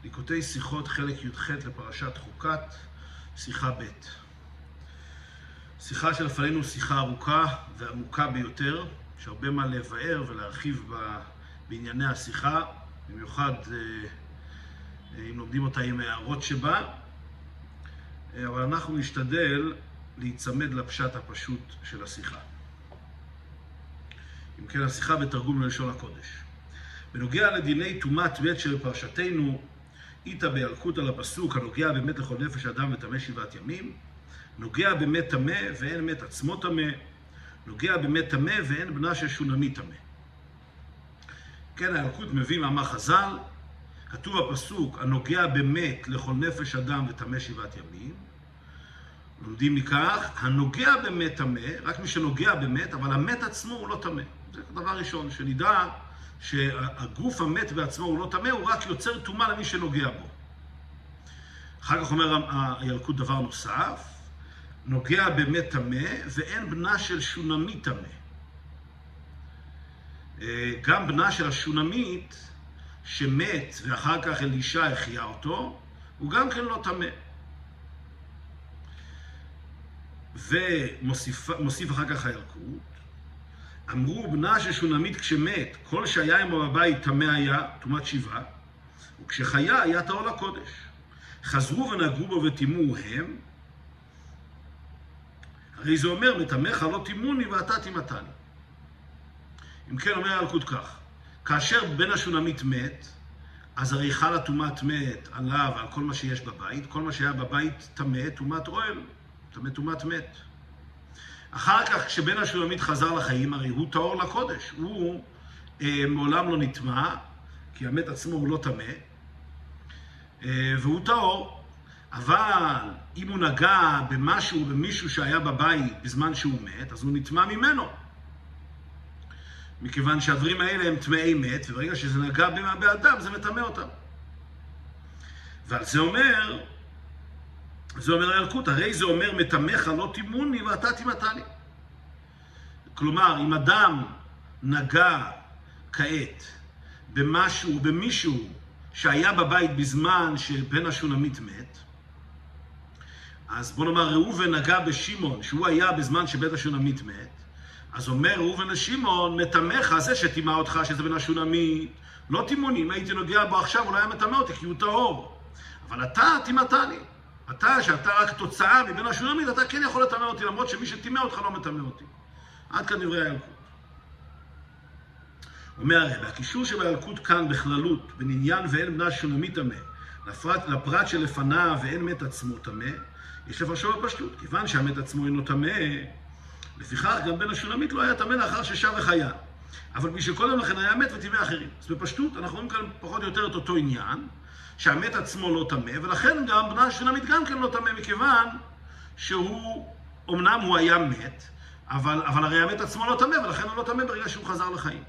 ליקוטי שיחות חלק י"ח לפרשת חוקת, שיחה ב'. שיחה שלפנינו שיחה ארוכה ועמוקה ביותר, יש הרבה מה לבאר ולהרחיב בענייני השיחה, במיוחד אם לומדים אותה עם הערות שבה, אבל אנחנו נשתדל להיצמד לפשט הפשוט של השיחה. אם כן, השיחה בתרגום ללשון הקודש. בנוגע לדיני טומאת מת של פרשתנו, איתה בילקוט על הפסוק הנוגע באמת לכל נפש אדם וטמא 7 ימים, נוגע באמת טמא ואין מת עצמו טמא, נוגע באמת טמא ואין בנה של שונמי טמא. כן, הילקוט מביא מאמר חז"ל, כתוב הפסוק הנוגע באמת לכל נפש אדם וטמא 7 ימים, לומדים מכך, הנוגע באמת טמא, רק מי שנוגע באמת, אבל המת עצמו הוא לא טמא. זה דבר ראשון, שנדע שהגוף המת בעצמו הוא לא טמא, הוא רק יוצר טומאה למי שנוגע בו. אחר כך אומר הילקוט דבר נוסף, נוגע באמת טמא ואין בנה של שונמית טמא. גם בנה של השונמית שמת ואחר כך אלישע החיה אותו, הוא גם כן לא טמא. ומוסיף אחר כך הילקוט, אמרו בנה של שונמית כשמת, כל שהיה עמו בבית טמא היה, טומאת 7, וכשחיה היה טהור לקודש. חזרו ונגעו בו וטימאו הם, הרי זה אומר, מטמאך לא טימאוני ואתה טימאתני. אם כן, אומר הילקוט כך, כאשר בן השונמית מת, אז הרי חלה טומאת מת עליו, על כל מה שיש בבית, כל מה שהיה בבית טמא, טומאת אוהל, טמא טומאת מת. אחר כך, כשבן השונמית חזר לחיים, הרי הוא טהור לקודש. הוא מעולם לא נטמא, כי המת עצמו הוא לא טמא, והוא טהור. אבל אם הוא נגע במשהו, במישהו שהיה בבית בזמן שהוא מת, אז הוא נטמא ממנו. מכיוון שהדברים האלה הם טמאי מת, וברגע שזה נגע באדם, זה מטמא אותם. ועל זה אומר הילקוט, הרי זה אומר מטמאך לא טימאוני ואתה טימאתני. כלומר, אם אדם נגע כעת במשהו, במישהו שהיה בבית בזמן שבן השונמית מת, אז בוא נאמר ראובן נגע בשמעון, שהוא היה בזמן שבן השונמית מת, אז אומר ראובן לשמעון, מטמאך זה שטימא אותך, שזה בן השונמית, לא טימאוני, אם הייתי נוגע בו עכשיו, אולי היה מטמא אותי, כי הוא טהור. אבל אתה טימאתני. שאתה רק תוצאה מבין השונמית, אתה כן יכול לטמא אותי, למרות שמי שטימא אותך לא מטמא אותי. עד כאן דברי הילקוט. אומר הרב, הקישור שבילקוט כאן בכללות, בין עניין ואין בנה שונמית טמא, לפרט שלפניו ואין מת עצמו טמא, יש לפרשו בפשטות. כיוון שהמת עצמו אינו טמא, לפיכך גם בן השונמית לא היה טמא לאחר ששב וחיה. אבל מי שקודם לכן היה מת וטימא אחרים. אז בפשטות אנחנו רואים כאן פחות או יותר את אותו עניין, שהמת עצמו לא טמא, ולכן גם בנה השונמית גם כן לא טמא, מכיוון שהוא, אמנם הוא היה מת, אבל הרי המת עצמו לא טמא, ולכן הוא לא טמא ברגע שהוא חזר לחיים.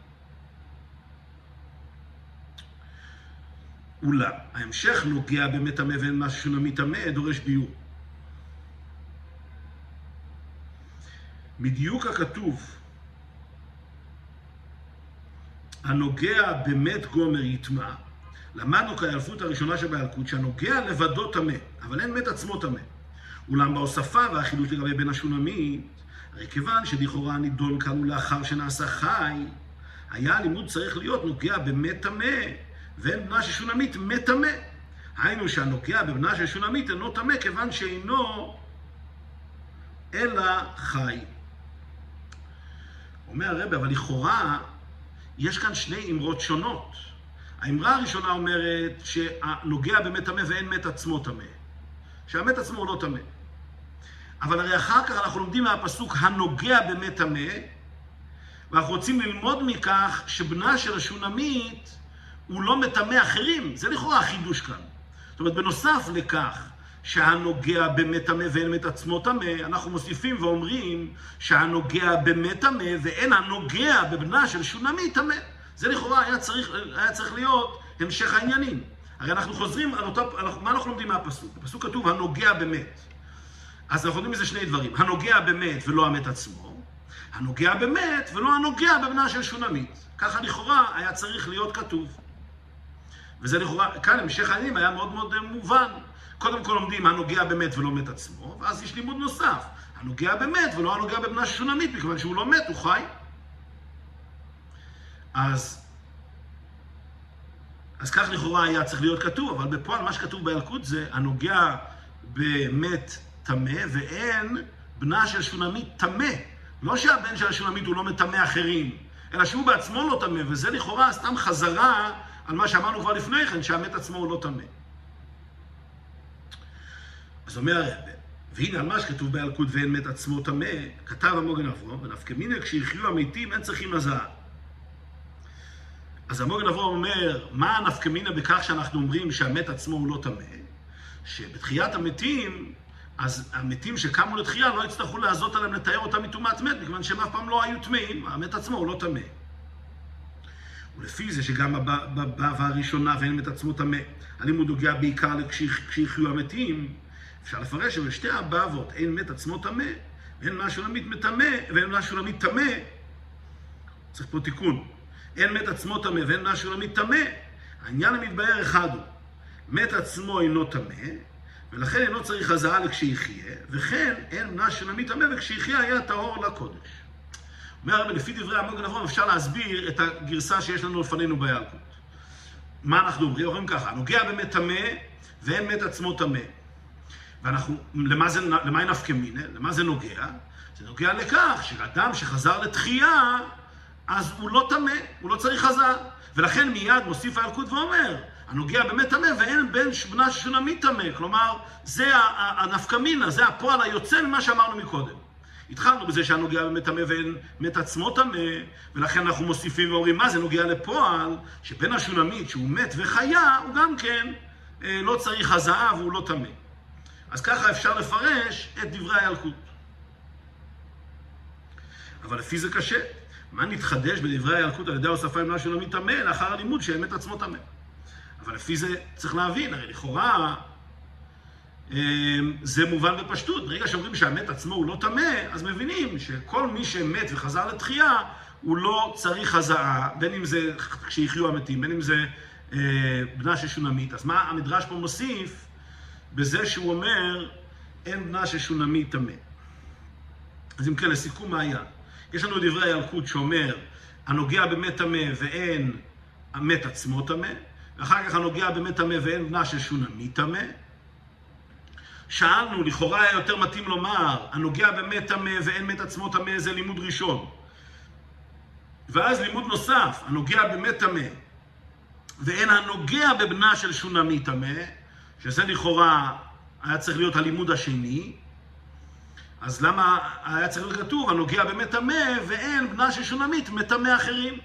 אולם, ההמשך נוגע באמת טמא ואין מה ששונמית טמא, דורש ביור. מדיוק הכתוב, הנוגע באמת גומר יטמא, למדנו כהילפות הראשונה שבילקוט שהנוגע לבדו טמא, אבל אין מת עצמו טמא. אולם בהוספה והחידוש לגבי בן השונמית, הרי כיוון שלכאורה הנידון כאן הוא לאחר שנעשה חי, היה הלימוד צריך להיות נוגע באמת טמא, ואין בנה של שונמית מת טמא. היינו שהנוגע בבנה של שונמית אינו טמא, כיוון שאינו אלא חי. אומר הרב, אבל לכאורה יש כאן שני אמרות שונות. האמרה הראשונה אומרת שהנוגע באמת טמא ואין מת עצמו טמא. שהמת עצמו הוא לא טמא. אבל הרי אחר כך אנחנו לומדים מהפסוק הנוגע באמת טמא, ואנחנו רוצים ללמוד מכך שבנה של השונמית הוא לא מטמא אחרים. זה לכאורה החידוש כאן. זאת אומרת, בנוסף לכך שהנוגע באמת טמא ואין מת עצמו טמא, אנחנו מוסיפים ואומרים שהנוגע באמת טמא ואין הנוגע בבנה של שונמית טמא. זה לכאורה היה צריך להיות המשך העניינים. הרי אנחנו חוזרים על מה אנחנו לומדים מהפסוק? בפסוק כתוב הנוגע באמת. אז אנחנו לומדים מזה שני דברים. הנוגע באמת ולא המת עצמו. הנוגע באמת ולא הנוגע בבנה של שונמית. ככה לכאורה היה צריך להיות כתוב. וזה לכאורה, כאן המשך העניינים היה מאוד מאוד מובן. קודם כל לומדים הנוגע במת ולא מת עצמו, ואז יש לימוד נוסף, הנוגע במת ולא הנוגע בבנה של שונמית, מכיוון שהוא לא מת, הוא חי. אז כך לכאורה היה צריך להיות כתוב, אבל בפועל מה שכתוב בילקוט זה הנוגע במת טמא, ואין בנה של שונמית טמא. לא שהבן של השונמית הוא לא מטמא אחרים, אלא שהוא בעצמו לא טמא, וזה לכאורה סתם חזרה על מה שאמרנו כבר לפני כן, שהמת עצמו הוא לא טמא. אז אומר הרב, והנה על מה שכתוב בילקוט ואין מת עצמו טמא, כתב המוגן אברהם, ונפקא מינה כשיחיו המתים אין צריכים הזעה. אז המוגן אברהם אומר, מה הנפקא מינה בכך שאנחנו אומרים שהמת עצמו הוא לא טמא? שבתחיית המתים, אז המתים שקמו לתחייה לא יצטרכו לעזות עליהם לתאר אותם מטומאת מת, מכיוון שהם אף פעם לא היו טמאים, המת עצמו הוא לא טמא. ולפי זה שגם הבאווה הראשונה ואין מת עצמו טמא, הלימוד נוגע בעיקר כשיחיו המתים, אפשר לפרש שבשתי הבאבות אין מת עצמו טמא, ואין מה שולמית מטמא, ואין מה שולמית טמא. צריך פה תיקון. אין מת עצמו טמא ואין מה שולמית טמא. העניין המתבהר אחד הוא, מת עצמו אינו טמא, ולכן אינו צריך הזעה לכשיחיה, וכן אין מה שולמית טמא, וכשיחיה היה טהור לקודש. אומר הרב, לפי דברי המוגן אברהם אפשר להסביר את הגרסה שיש לנו לפנינו בילקוט. מה אנחנו אומרים? אומרים ככה, הנוגע באמת טמא ואין מת עצמו טמא. ואנחנו, למה נפקא מינה? למה זה נוגע? זה נוגע לכך שאדם שחזר לתחייה, אז הוא לא טמא, הוא לא צריך הזעה. ולכן מיד מוסיף הילקוט ואומר, הנוגע באמת טמא ואין בנה של שונמית טמא. כלומר, זה הנפקא מינה, זה הפועל היוצא ממה שאמרנו מקודם. התחלנו בזה שהנוגע באמת טמא ואין מת עצמו טמא, ולכן אנחנו מוסיפים ואומרים, מה זה נוגע לפועל? שבן השונמית שהוא מת וחיה, הוא גם כן לא צריך הזעה והוא לא טמא. אז ככה אפשר לפרש את דברי הילקוט. אבל לפי זה קשה. מה נתחדש בדברי הילקוט על ידי ההוספה עם שונמית טמא לאחר הלימוד שהמת עצמו טמא? אבל לפי זה צריך להבין, הרי לכאורה זה מובן בפשטות. ברגע שאומרים שהמת עצמו הוא לא טמא, אז מבינים שכל מי שמת וחזר לתחייה, הוא לא צריך הזעה, בין אם זה כשיחיו המתים, בין אם זה בנה של שונמית. אז מה המדרש פה מוסיף? בזה שהוא אומר, אין בנה של שונמית טמא. אז אם כן, לסיכום מה היה? יש לנו דברי הילקוט שאומר, הנוגע באמת טמא ואין המת עצמו טמא, ואחר כך הנוגע באמת טמא ואין בנה של שונמית טמא. שאלנו, לכאורה היה יותר מתאים לומר, הנוגע באמת טמא ואין מת עצמו טמא, זה לימוד ראשון. ואז לימוד נוסף, הנוגע באמת טמא, ואין הנוגע בבנה של שונמית טמא, שזה לכאורה היה צריך להיות הלימוד השני. אז למה היה צריך להיות כתוב, הנוגע באמת טמא ואין בנה של שונמית מטמא אחרים?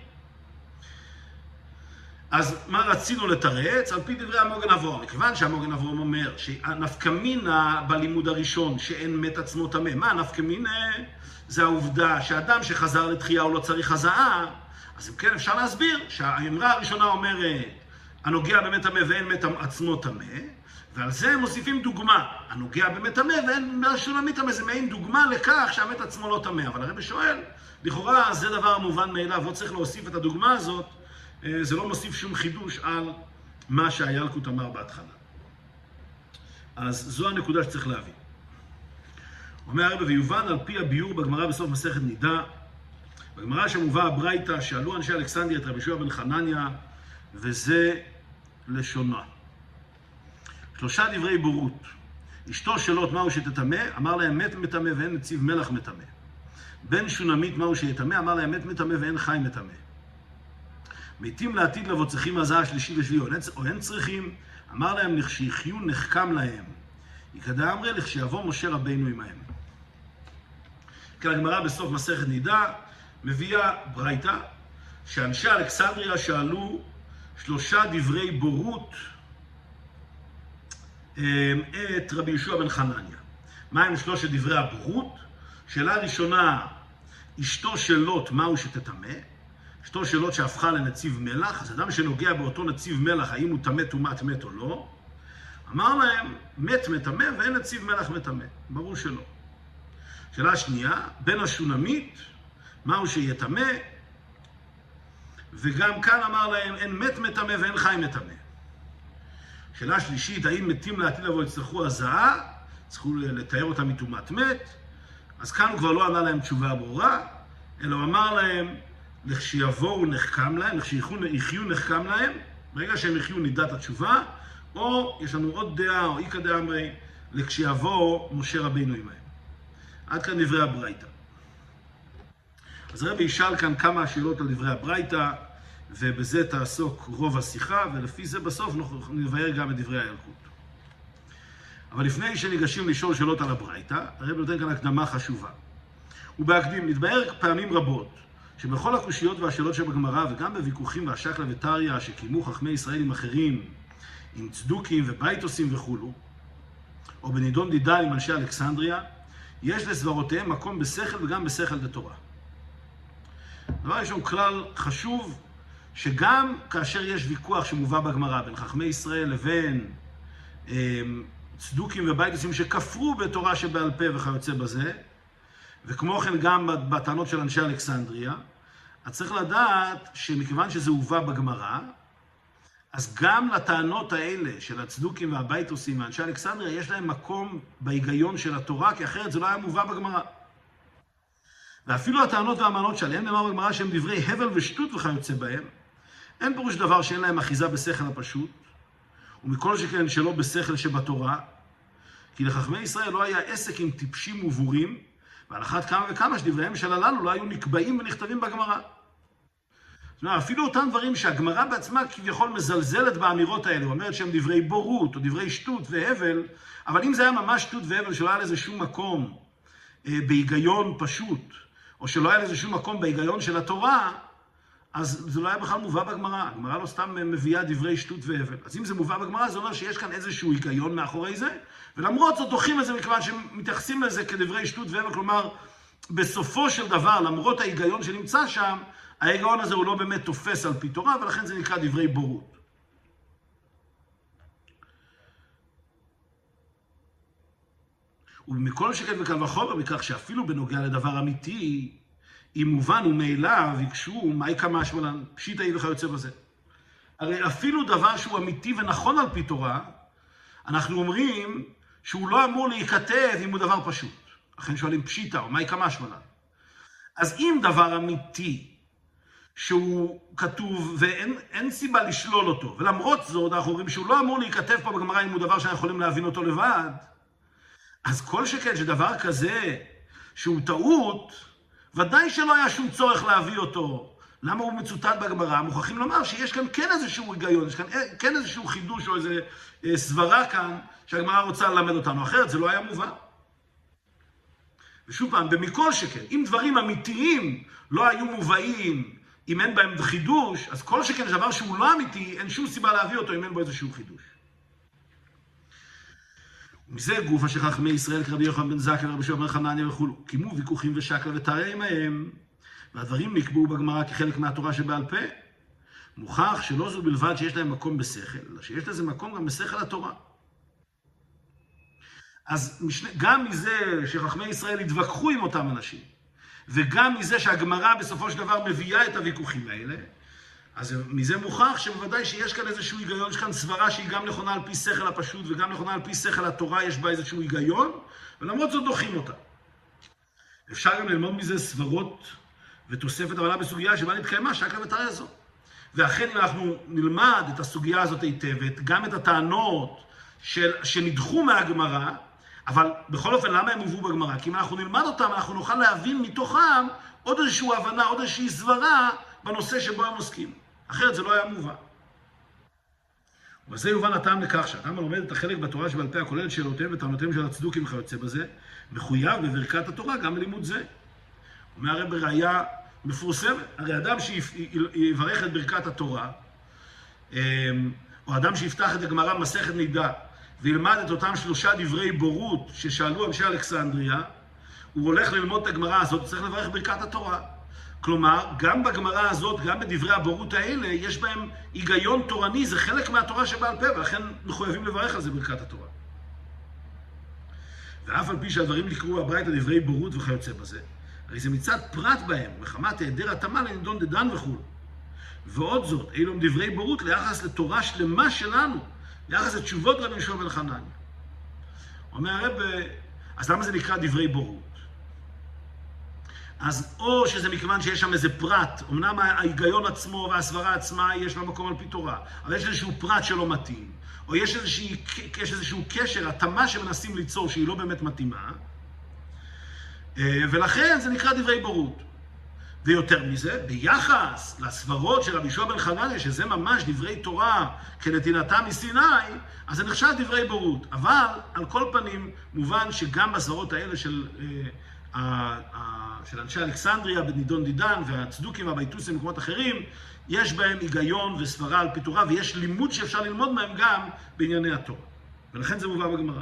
אז מה רצינו לתרץ? על פי דברי המוגן אברהם. מכיוון שהמוגן אברהם אומר שהנפקא מינה בלימוד הראשון שאין מת עצמו טמא. מה הנפקא מינה? זה העובדה שאדם שחזר לתחייה הוא לא צריך הזעה. אז אם כן אפשר להסביר שהאמרה הראשונה אומרת הנוגע באמת טמא ואין מת עצמו טמא, ועל זה הם מוסיפים דוגמה. הנוגע באמת טמא ואין בנה של שונמית טמא, זה מעין דוגמה לכך שהמת עצמו לא טמא. אבל הרב שואל, לכאורה זה דבר מובן מאליו, לא צריך להוסיף את הדוגמה הזאת, זה לא מוסיף שום חידוש על מה שהילקוט אמר בהתחלה. אז זו הנקודה שצריך להבין. אומר הרב, ויובן על פי הביור בגמרא בסוף מסכת נידה, בגמרא שמובא הברייתא, שאלו אנשי אלכסנדריה את רבי יהושע בן חנניה, וזה לשונה. 3 דברי בורות. אשתו שאלות מהו שתטמא, אמר להם מת מטמא ואין נציב מלח מטמא. בן שונמית מהו שיטמא, אמר להם מת מטמא ואין חי מטמא. מתים לעתיד לבוא צריכים הזעה שלישי ושביעי, או אין צריכים, אמר להם לכשיחיו נחכם להם. יקדע אמרי לכשיבוא משה רבינו עמהם. כן, הגמרא בסוף מסכת נידה מביאה ברייתא, שאנשי אלכסנדריה שאלו 3 דברי בורות את רבי יהושע בן חנניה. מה הם 3 דברי הבורות? שאלה ראשונה, אשתו של לוט מהו שתטמא? אשתו של לוט שהפכה לנציב מלח, אז אדם שנוגע באותו נציב מלח, האם הוא טמא טומאת מת או לא? אמר להם, מת מטמא ואין נציב מלח מטמא. ברור שלא. שאלה שנייה, בן השונמית, מהו שיטמא? וגם כאן אמר להם, אין מת מטמא ואין חי מטמא. שאלה שלישית, האם מתים לעתיד לבוא יצטרכו הזעה? צריכו לתאר אותם מטומאת מת. אז כאן הוא כבר לא ענה להם תשובה ברורה, אלא הוא אמר להם, לכשיבואו נחכם להם, לכשיחיו נחכם להם, ברגע שהם יחיו נדע את התשובה, או יש לנו עוד דעה, או איקא דאמרי, לכשיבוא משה רבינו עמהם. עד כאן דברי הברייתא. אז הרבי ישאל כאן כמה שאלות על דברי הברייתא, ובזה תעסוק רוב השיחה, ולפי זה בסוף נבהר גם את דברי הילקוט. אבל לפני שניגשים לשאול שאלות על הברייתא, הרבי נותן כאן הקדמה חשובה. ובהקדים, נתבהר פעמים רבות, שבכל הקושיות והשאלות שבגמרא, וגם בוויכוחים והשקלא וטריא שקיימו חכמי ישראל עם אחרים, עם צדוקים ובייטוסים וכולו, או בנידון דידה עם אנשי אלכסנדריה, יש לסברותיהם מקום בשכל וגם בשכל דתורה. דבר ראשון, כלל חשוב, שגם כאשר יש ויכוח שמובא בגמרא בין חכמי ישראל לבין צדוקים ובייטוסים שכפרו בתורה שבעל פה וכיוצא בזה, וכמו כן גם בטענות של אנשי אלכסנדריה, אז צריך לדעת שמכיוון שזה הובא בגמרא, אז גם לטענות האלה של הצדוקים והבייטוסים ואנשי אלכסנדריה יש להם מקום בהיגיון של התורה, כי אחרת זה לא היה מובא בגמרא. ואפילו הטענות והמענות שעליהם נאמר בגמרא שהם דברי הבל ושטות וכיוצא בהם, אין פירוש דבר שאין להם אחיזה בשכל הפשוט, ומכל שכן שלא בשכל שבתורה, כי לחכמי ישראל לא היה עסק עם טיפשים ובורים, ועל אחת כמה וכמה שדבריהם של הללו לא היו נקבעים ונכתבים בגמרא. זאת אומרת, אפילו אותם דברים שהגמרא בעצמה כביכול מזלזלת באמירות האלה, אומרת שהם דברי בורות או דברי שטות והבל, אבל אם זה היה ממש שטות והבל שלא היה לזה שום מקום בהיגיון פשוט, או שלא היה לזה שום מקום בהיגיון של התורה, אז זה לא היה בכלל מובא בגמרא. הגמרא לא סתם מביאה דברי שטות והבל. אז אם זה מובא בגמרא, זה אומר שיש כאן איזשהו היגיון מאחורי זה, ולמרות זאת דוחים את זה מכיוון שמתייחסים לזה כדברי שטות והבל, כלומר, בסופו של דבר, למרות ההיגיון שנמצא שם, ההיגיון הזה הוא לא באמת תופס על פי תורה, ולכן זה נקרא דברי בורות. ומכל שכן וקל וחומר מכך שאפילו בנוגע לדבר אמיתי, אם מובן ומאליו יקשו מהי כמה שמלן, פשיטא היא וכיוצא בזה. הרי אפילו דבר שהוא אמיתי ונכון על פי תורה, אנחנו אומרים שהוא לא אמור להיכתב אם הוא דבר פשוט. לכן שואלים פשיטא או מהי כמה שמלן. אז אם דבר אמיתי שהוא כתוב ואין סיבה לשלול אותו, ולמרות זאת אנחנו אומרים שהוא לא אמור להיכתב פה בגמרא אם הוא דבר שאנחנו יכולים להבין אותו לבד, אז כל שכן שדבר כזה שהוא טעות, ודאי שלא היה שום צורך להביא אותו. למה הוא מצוטט בגמרא? מוכרחים לומר שיש כאן כן איזשהו היגיון, יש כאן כן איזשהו חידוש או איזו סברה כאן שהגמרא רוצה ללמד אותנו, אחרת זה לא היה מובן. ושוב פעם, במכל שכן, אם דברים אמיתיים לא היו מובאים, אם אין בהם חידוש, אז כל שכן דבר שהוא לא אמיתי, אין שום סיבה להביא אותו אם אין בו איזשהו חידוש. ומזה גופה שחכמי ישראל כרבי יוחנן בן זכאי ורבי שמעון בן חנניה וכו' קיימו ויכוחים ושקלא וטריא עמהם, והדברים נקבעו בגמרא כחלק מהתורה שבעל פה. מוכח שלא זו בלבד שיש להם מקום בשכל, אלא שיש לזה מקום גם בשכל התורה. אז גם מזה שחכמי ישראל התווכחו עם אותם אנשים, וגם מזה שהגמרא בסופו של דבר מביאה את הוויכוחים האלה, אז מזה מוכח שבוודאי שיש כאן איזשהו היגיון, יש כאן סברה שהיא גם נכונה על פי שכל הפשוט, וגם נכונה על פי שכל התורה, יש בה איזשהו היגיון, ולמרות זאת דוחים אותה. אפשר גם ללמוד מזה סברות ותוספת הבנה בסוגיה שבה נתקיימה שקלא וטריא זו. ואכן אם אנחנו נלמד את הסוגיה הזאת היטב, גם את הטענות שנדחו מהגמרא, אבל בכל אופן למה הם הובאו בגמרא? כי אם אנחנו נלמד אותם, אנחנו נוכל להבין מתוכם עוד איזושהי הבנה, עוד איזושהי סברה בנושא שבו הם עוסקים. אחרת זה לא היה מובן. ובזה יובן הטעם לכך שהאדם הלומד את החלק בתורה שבעל פה הכולל את שאלותיהם וטענותיהם של הצדוקים וכיוצא בזה, מחויב בברכת התורה גם בלימוד זה. אומר הרב בראיה מפורסמת, הרי אדם שיברך את ברכת התורה, או אדם שיפתח את הגמרא מסכת נידה, וילמד את אותם 3 דברי בורות ששאלו אנשי אלכסנדריה, הוא הולך ללמוד את הגמרא הזאת, הוא צריך לברך ברכת התורה. כלומר, גם בגמרא הזאת, גם בדברי הבורות האלה, יש בהם היגיון תורני, זה חלק מהתורה שבעל פה, ולכן מחויבים לברך על זה ברכת התורה. ואף על פי שהדברים נקראו הברייתא דברי בורות וכיוצא בזה, הרי זה מצד פרט בהם, מחמת היעדר התאמה לנידון דדן וכו'. ועוד זאת, אלו הם דברי בורות ליחס לתורה שלמה שלנו, ביחס לתשובות רבי יהושע בן חנניה. אומר הרב, אז למה זה נקרא דברי בורות? אז או שזה מכיוון שיש שם איזה פרט, אמנם ההיגיון עצמו והסברה עצמה יש לה מקום על פי תורה, אבל יש איזשהו פרט שלא מתאים, או יש איזשהו קשר, התאמה שמנסים ליצור שהיא לא באמת מתאימה, ולכן זה נקרא דברי בורות. ויותר מזה, ביחס לסברות של רבי יהושע בן חנניה, שזה ממש דברי תורה כנתינתם מסיני, אז זה נחשב דברי בורות. אבל על כל פנים מובן שגם בסברות האלה של אנשי אלכסנדריה, בנידון דידן והצדוקים והבייטוסים ומקומות אחרים, יש בהם היגיון וסברה על פי תורה, ויש לימוד שאפשר ללמוד מהם גם בענייני התורה. ולכן זה מובא בגמרא.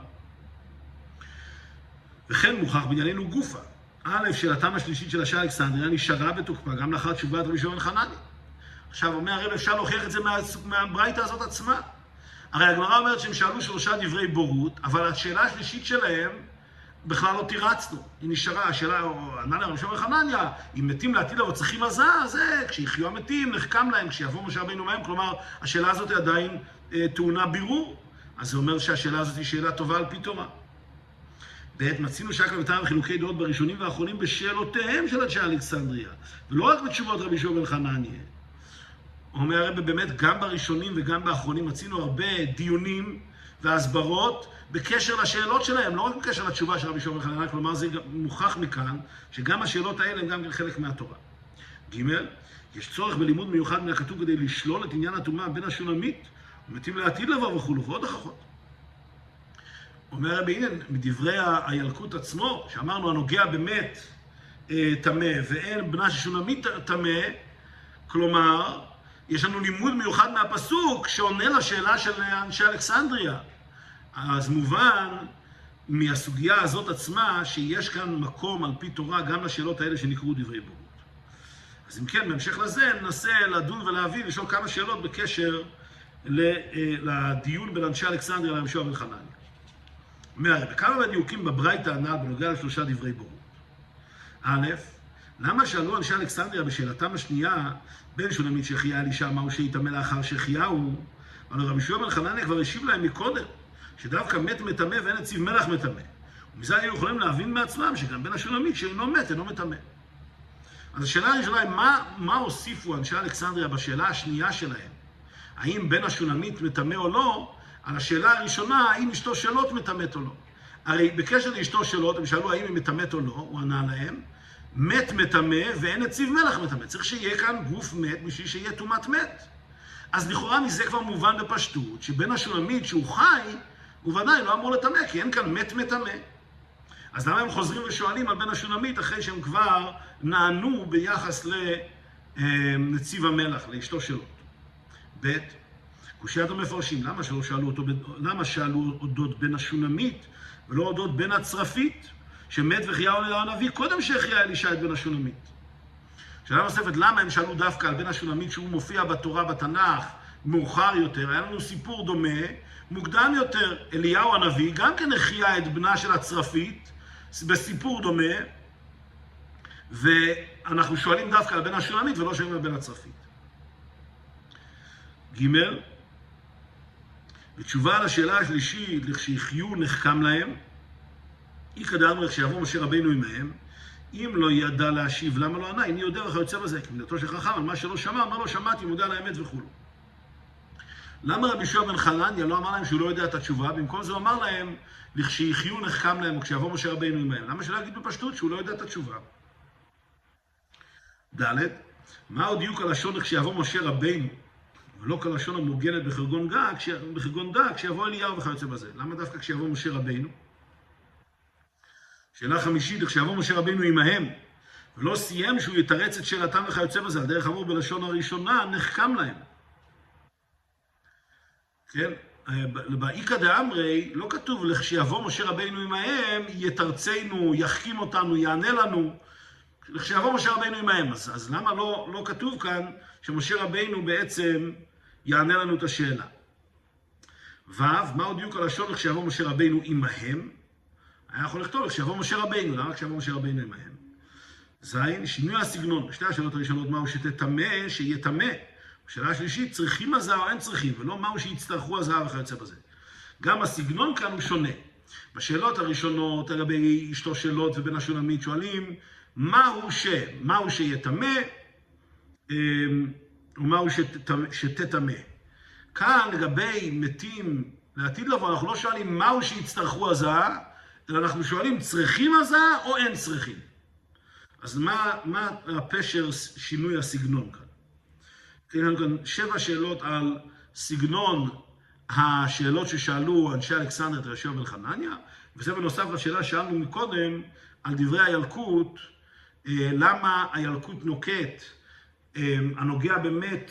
וכן מוכח בענייננו גופה. א', שאלתם השלישית של אנשי אלכסנדריה נשארה בתוקפה גם לאחר תשובת רבי יהושע בן חנניה. עכשיו אומר הרב, אפשר להוכיח את זה מהברייתא הזאת עצמה. הרי הגמרא אומרת שהם שאלו 3 דברי בורות, אבל השאלה השלישית שלהם בכלל לא תירצנו. היא נשארה, השאלה, ענה לרבי יהושע בן חנניה, אם מתים לעתיד אבל צריכים עזה, זה כשיחיו המתים, נחכם להם, כשיבוא משה רבינו מהם, כלומר, השאלה הזאת היא עדיין טעונה בירור. אז זה אומר שהשאלה הזאת היא שאלה טובה על פי תורה. בעת מצינו שקלא וטריא וחילוקי דעות בראשונים והאחרונים בשאלותיהם של אנשי אלכסנדריה, ולא רק בתשובות רבי יהושע בן חנניה. אומר הרב, באמת גם בראשונים וגם באחרונים מצינו הרבה דיונים והסברות בקשר לשאלות שלהם, לא רק בקשר לתשובה של רבי יהושע בן חנניה, כלומר זה מוכח מכאן שגם השאלות האלה הן גם חלק מהתורה. ג' יש צורך בלימוד מיוחד מהכתוב כדי לשלול את עניין הטומאה בין השונמית ומתים לעתיד לבוא וכו' ועוד הוכחות. אומר רבי, הנה, מדברי הילקוט עצמו, שאמרנו הנוגע באמת טמא, ואין בנה ששונמית טמא, כלומר, יש לנו לימוד מיוחד מהפסוק שעונה לשאלה של אנשי אלכסנדריה. אז מובן מהסוגיה הזאת עצמה שיש כאן מקום על פי תורה גם לשאלות האלה שנקראו דברי בורות. אז אם כן, בהמשך לזה ננסה לדון ולהבין, לשאול כמה שאלות בקשר לדיון בין אנשי אלכסנדריה לרבי יהושע בן חנניה. בכמה דיוקים בברייתא הנ"ל בנוגע ל3 דברי בורות. א', למה שאלו אנשי אלכסנדריה בשאלתם השנייה בין שונמית שהחיה אלישע מהו שיטמא לאחר שהחייהו? אבל רבי יהושע בן חנניה כבר השיב להם מקודם שדווקא מת מטמא ואין הציב מלח מטמא. ומזה היו יכולים להבין מעצמם שגם בין השונמית שאינו מת אינו מטמא. אז השאלה הראשונה היא מה הוסיפו אנשי אלכסנדריה בשאלה השנייה שלהם? האם בין השונמית מטמא או לא? על השאלה הראשונה, האם אשתו שלוט מטמאת או לא. הרי בקשר לאשתו שלוט, הם שאלו האם היא מטמאת או לא, הוא ענה להם, מת מטמא ואין הציב מלח מטמא. צריך שיהיה כאן גוף מת בשביל שיהיה טומאת מת. אז לכאורה מזה כבר מובן בפשטות, שבין השונמית שהוא חי, הוא ודאי לא אמור לטמא, כי אין כאן מת מטמא. אז למה הם חוזרים ושואלים על בין השונמית אחרי שהם כבר נענו ביחס לנציב המלח, לאשתו שלוט? ב' קושיית המפרשים, למה שאלו אודות בין השונמית ולא אודות בין הצרפית שמת וחייהו הנביא קודם שהחיה אלישע את בין השונמית? שאלה נוספת, למה הם שאלו דווקא על בין השונמית שהוא מופיע בתורה בתנ"ך מאוחר יותר? היה לנו סיפור דומה, מוקדם יותר, אליהו הנביא גם כן החיה את בנה של הצרפית בסיפור דומה, ואנחנו שואלים דווקא על בין השונמית ולא שואלים על בין הצרפית. ג' בתשובה על השאלה השלישית, לכשיחיו נחכם להם, איכא דאמרי כשיבוא משה רבינו עמהם, אם לא ידע להשיב, למה לא ענה? איני יודע וכיוצא בזה, כי מדעתו של חכם, על מה שלא שמע, אמר לו שמעתי, מודע לאמת וכו'. למה רבי יהושע בן חנניה לא אמר להם שהוא לא יודע את התשובה? במקום זה הוא אמר להם, לכשיחיו נחכם להם, או כשיבוא משה רבינו עמהם. למה שלא יגיד בפשטות שהוא לא יודע את התשובה? ד' מהו דיוק הלשון כשיבוא משה רבינו? ולא כלשון המוגנת בחרגון דק, כשיבוא אליהו וכיוצא בזה. למה דווקא כשיבוא משה רבינו? שאלה חמישית, כשיבוא משה רבינו עמהם, ולא סיים שהוא יתרץ את שאלתם וכיוצא בזה, על דרך אמור בלשון הראשונה, נחכם להם. כן? באיכא דאמרי לא כתוב לכשיבוא משה רבינו עמהם, יתרצנו, יחכים אותנו, יענה לנו. לכשיבוא משה רבינו עמהם. אז למה לא כתוב כאן שמשה רבינו בעצם יענה לנו את השאלה? ו' מהו דיוק הלשון לכשיבוא משה רבינו עמהם? היה יכול לכתוב לכשיבוא משה רבינו, למה כשיבוא משה רבינו עמהם? ז' שינוי הסגנון, בשתי השאלות הראשונות מהו שתטמא, שיהיה טמא, השאלה השלישית, צריכים הזעה או אין צריכים, ולא מהו שיצטרכו הזעה וכיוצא בזה. גם הסגנון כאן הוא שונה. בשאלות הראשונות, לגבי אשתו שאלות ובן השולמית, שואלים מהו שיתמה, ומהו שתתמה. כאן לגבי מתים לעתיד לבוא, אנחנו לא שואלים מהו שיצטרכו הזעה, אלא אנחנו שואלים צריכים הזעה או אין צריכים. אז מה הפשר שינוי הסגנון כאן? יש כאן 7 שאלות על סגנון השאלות ששאלו אנשי אלכסנדריה את רבי יהושע בן חנניה, וזה בנוסף לשאלה שאלנו מקודם על דברי הילקוט, למה הילקוט נוקט הנוגע במת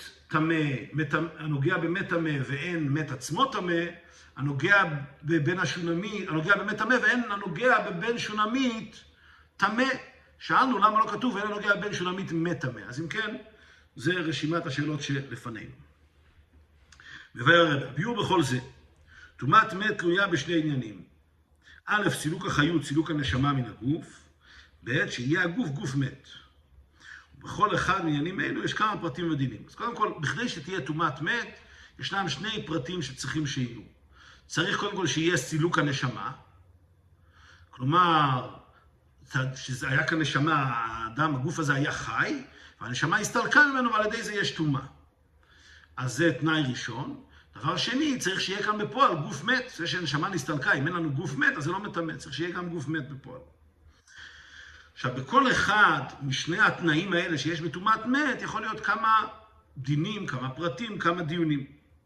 טמא ואין מת עצמו טמא, הנוגע במת טמא ואין הנוגע בבן שונמית טמא. שאלנו למה לא כתוב ואין הנוגע בבן שונמית מת טמא. אז אם כן, זה רשימת השאלות שלפנינו. מבאר הרב, הביאור בכל זה, טומאת מת תלויה בשני עניינים. א', סילוק החיות, סילוק הנשמה מן הגוף, ב', שיהיה הגוף גוף מת. ובכל אחד מעניינים אלו יש כמה פרטים ודינים. אז קודם כל, בכדי שתהיה טומאת מת, ישנם 2 פרטים שצריכים שיהיו. צריך קודם כל שיהיה סילוק הנשמה, כלומר, שזה היה כאן נשמה, האדם, הגוף הזה היה חי, והנשמה הסתלקה ממנו, ועל ידי זה יש טומאה. אז זה תנאי ראשון. דבר שני, צריך שיהיה כאן בפועל גוף מת. זה שהנשמה נסתלקה, אם אין לנו גוף מת, אז זה לא מטמא, צריך שיהיה גם גוף מת בפועל. עכשיו, בכל אחד משני התנאים האלה שיש בטומאת מת, יכול להיות כמה דינים, כמה פרטים, כמה דיונים.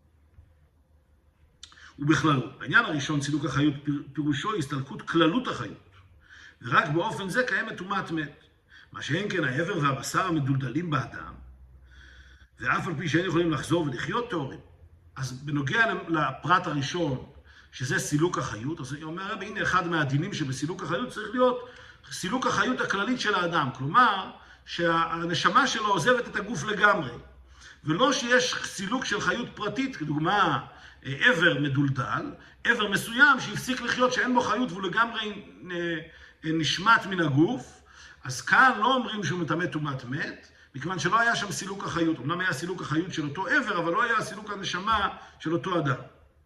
ובכלל, העניין הראשון, סילוק החיות, פירושו הסתלקות כללות החיות. ורק באופן זה קיימת טומאת מת. מה שאין כן האיבר והבשר המדולדלים באדם, ואף על פי שאין יכולים לחזור ולחיות טהורים. אז בנוגע לפרט הראשון, שזה סילוק החיות, אז אני אומר, הנה אחד מהדינים שבסילוק החיות צריך להיות סילוק החיות הכללית של האדם. כלומר, שהנשמה שלו עוזבת את הגוף לגמרי. ולא שיש סילוק של חיות פרטית, כדוגמה, עבר מדולדל, עבר מסוים שהפסיק לחיות שאין בו חיות והוא לגמרי נשמט מן הגוף, אז כאן לא אומרים שהוא מטמא טומאת מת, מכיוון שלא היה שם סילוק החיות. אמנם היה סילוק החיות של אותו עבר, אבל לא היה סילוק הנשמה של אותו אדם.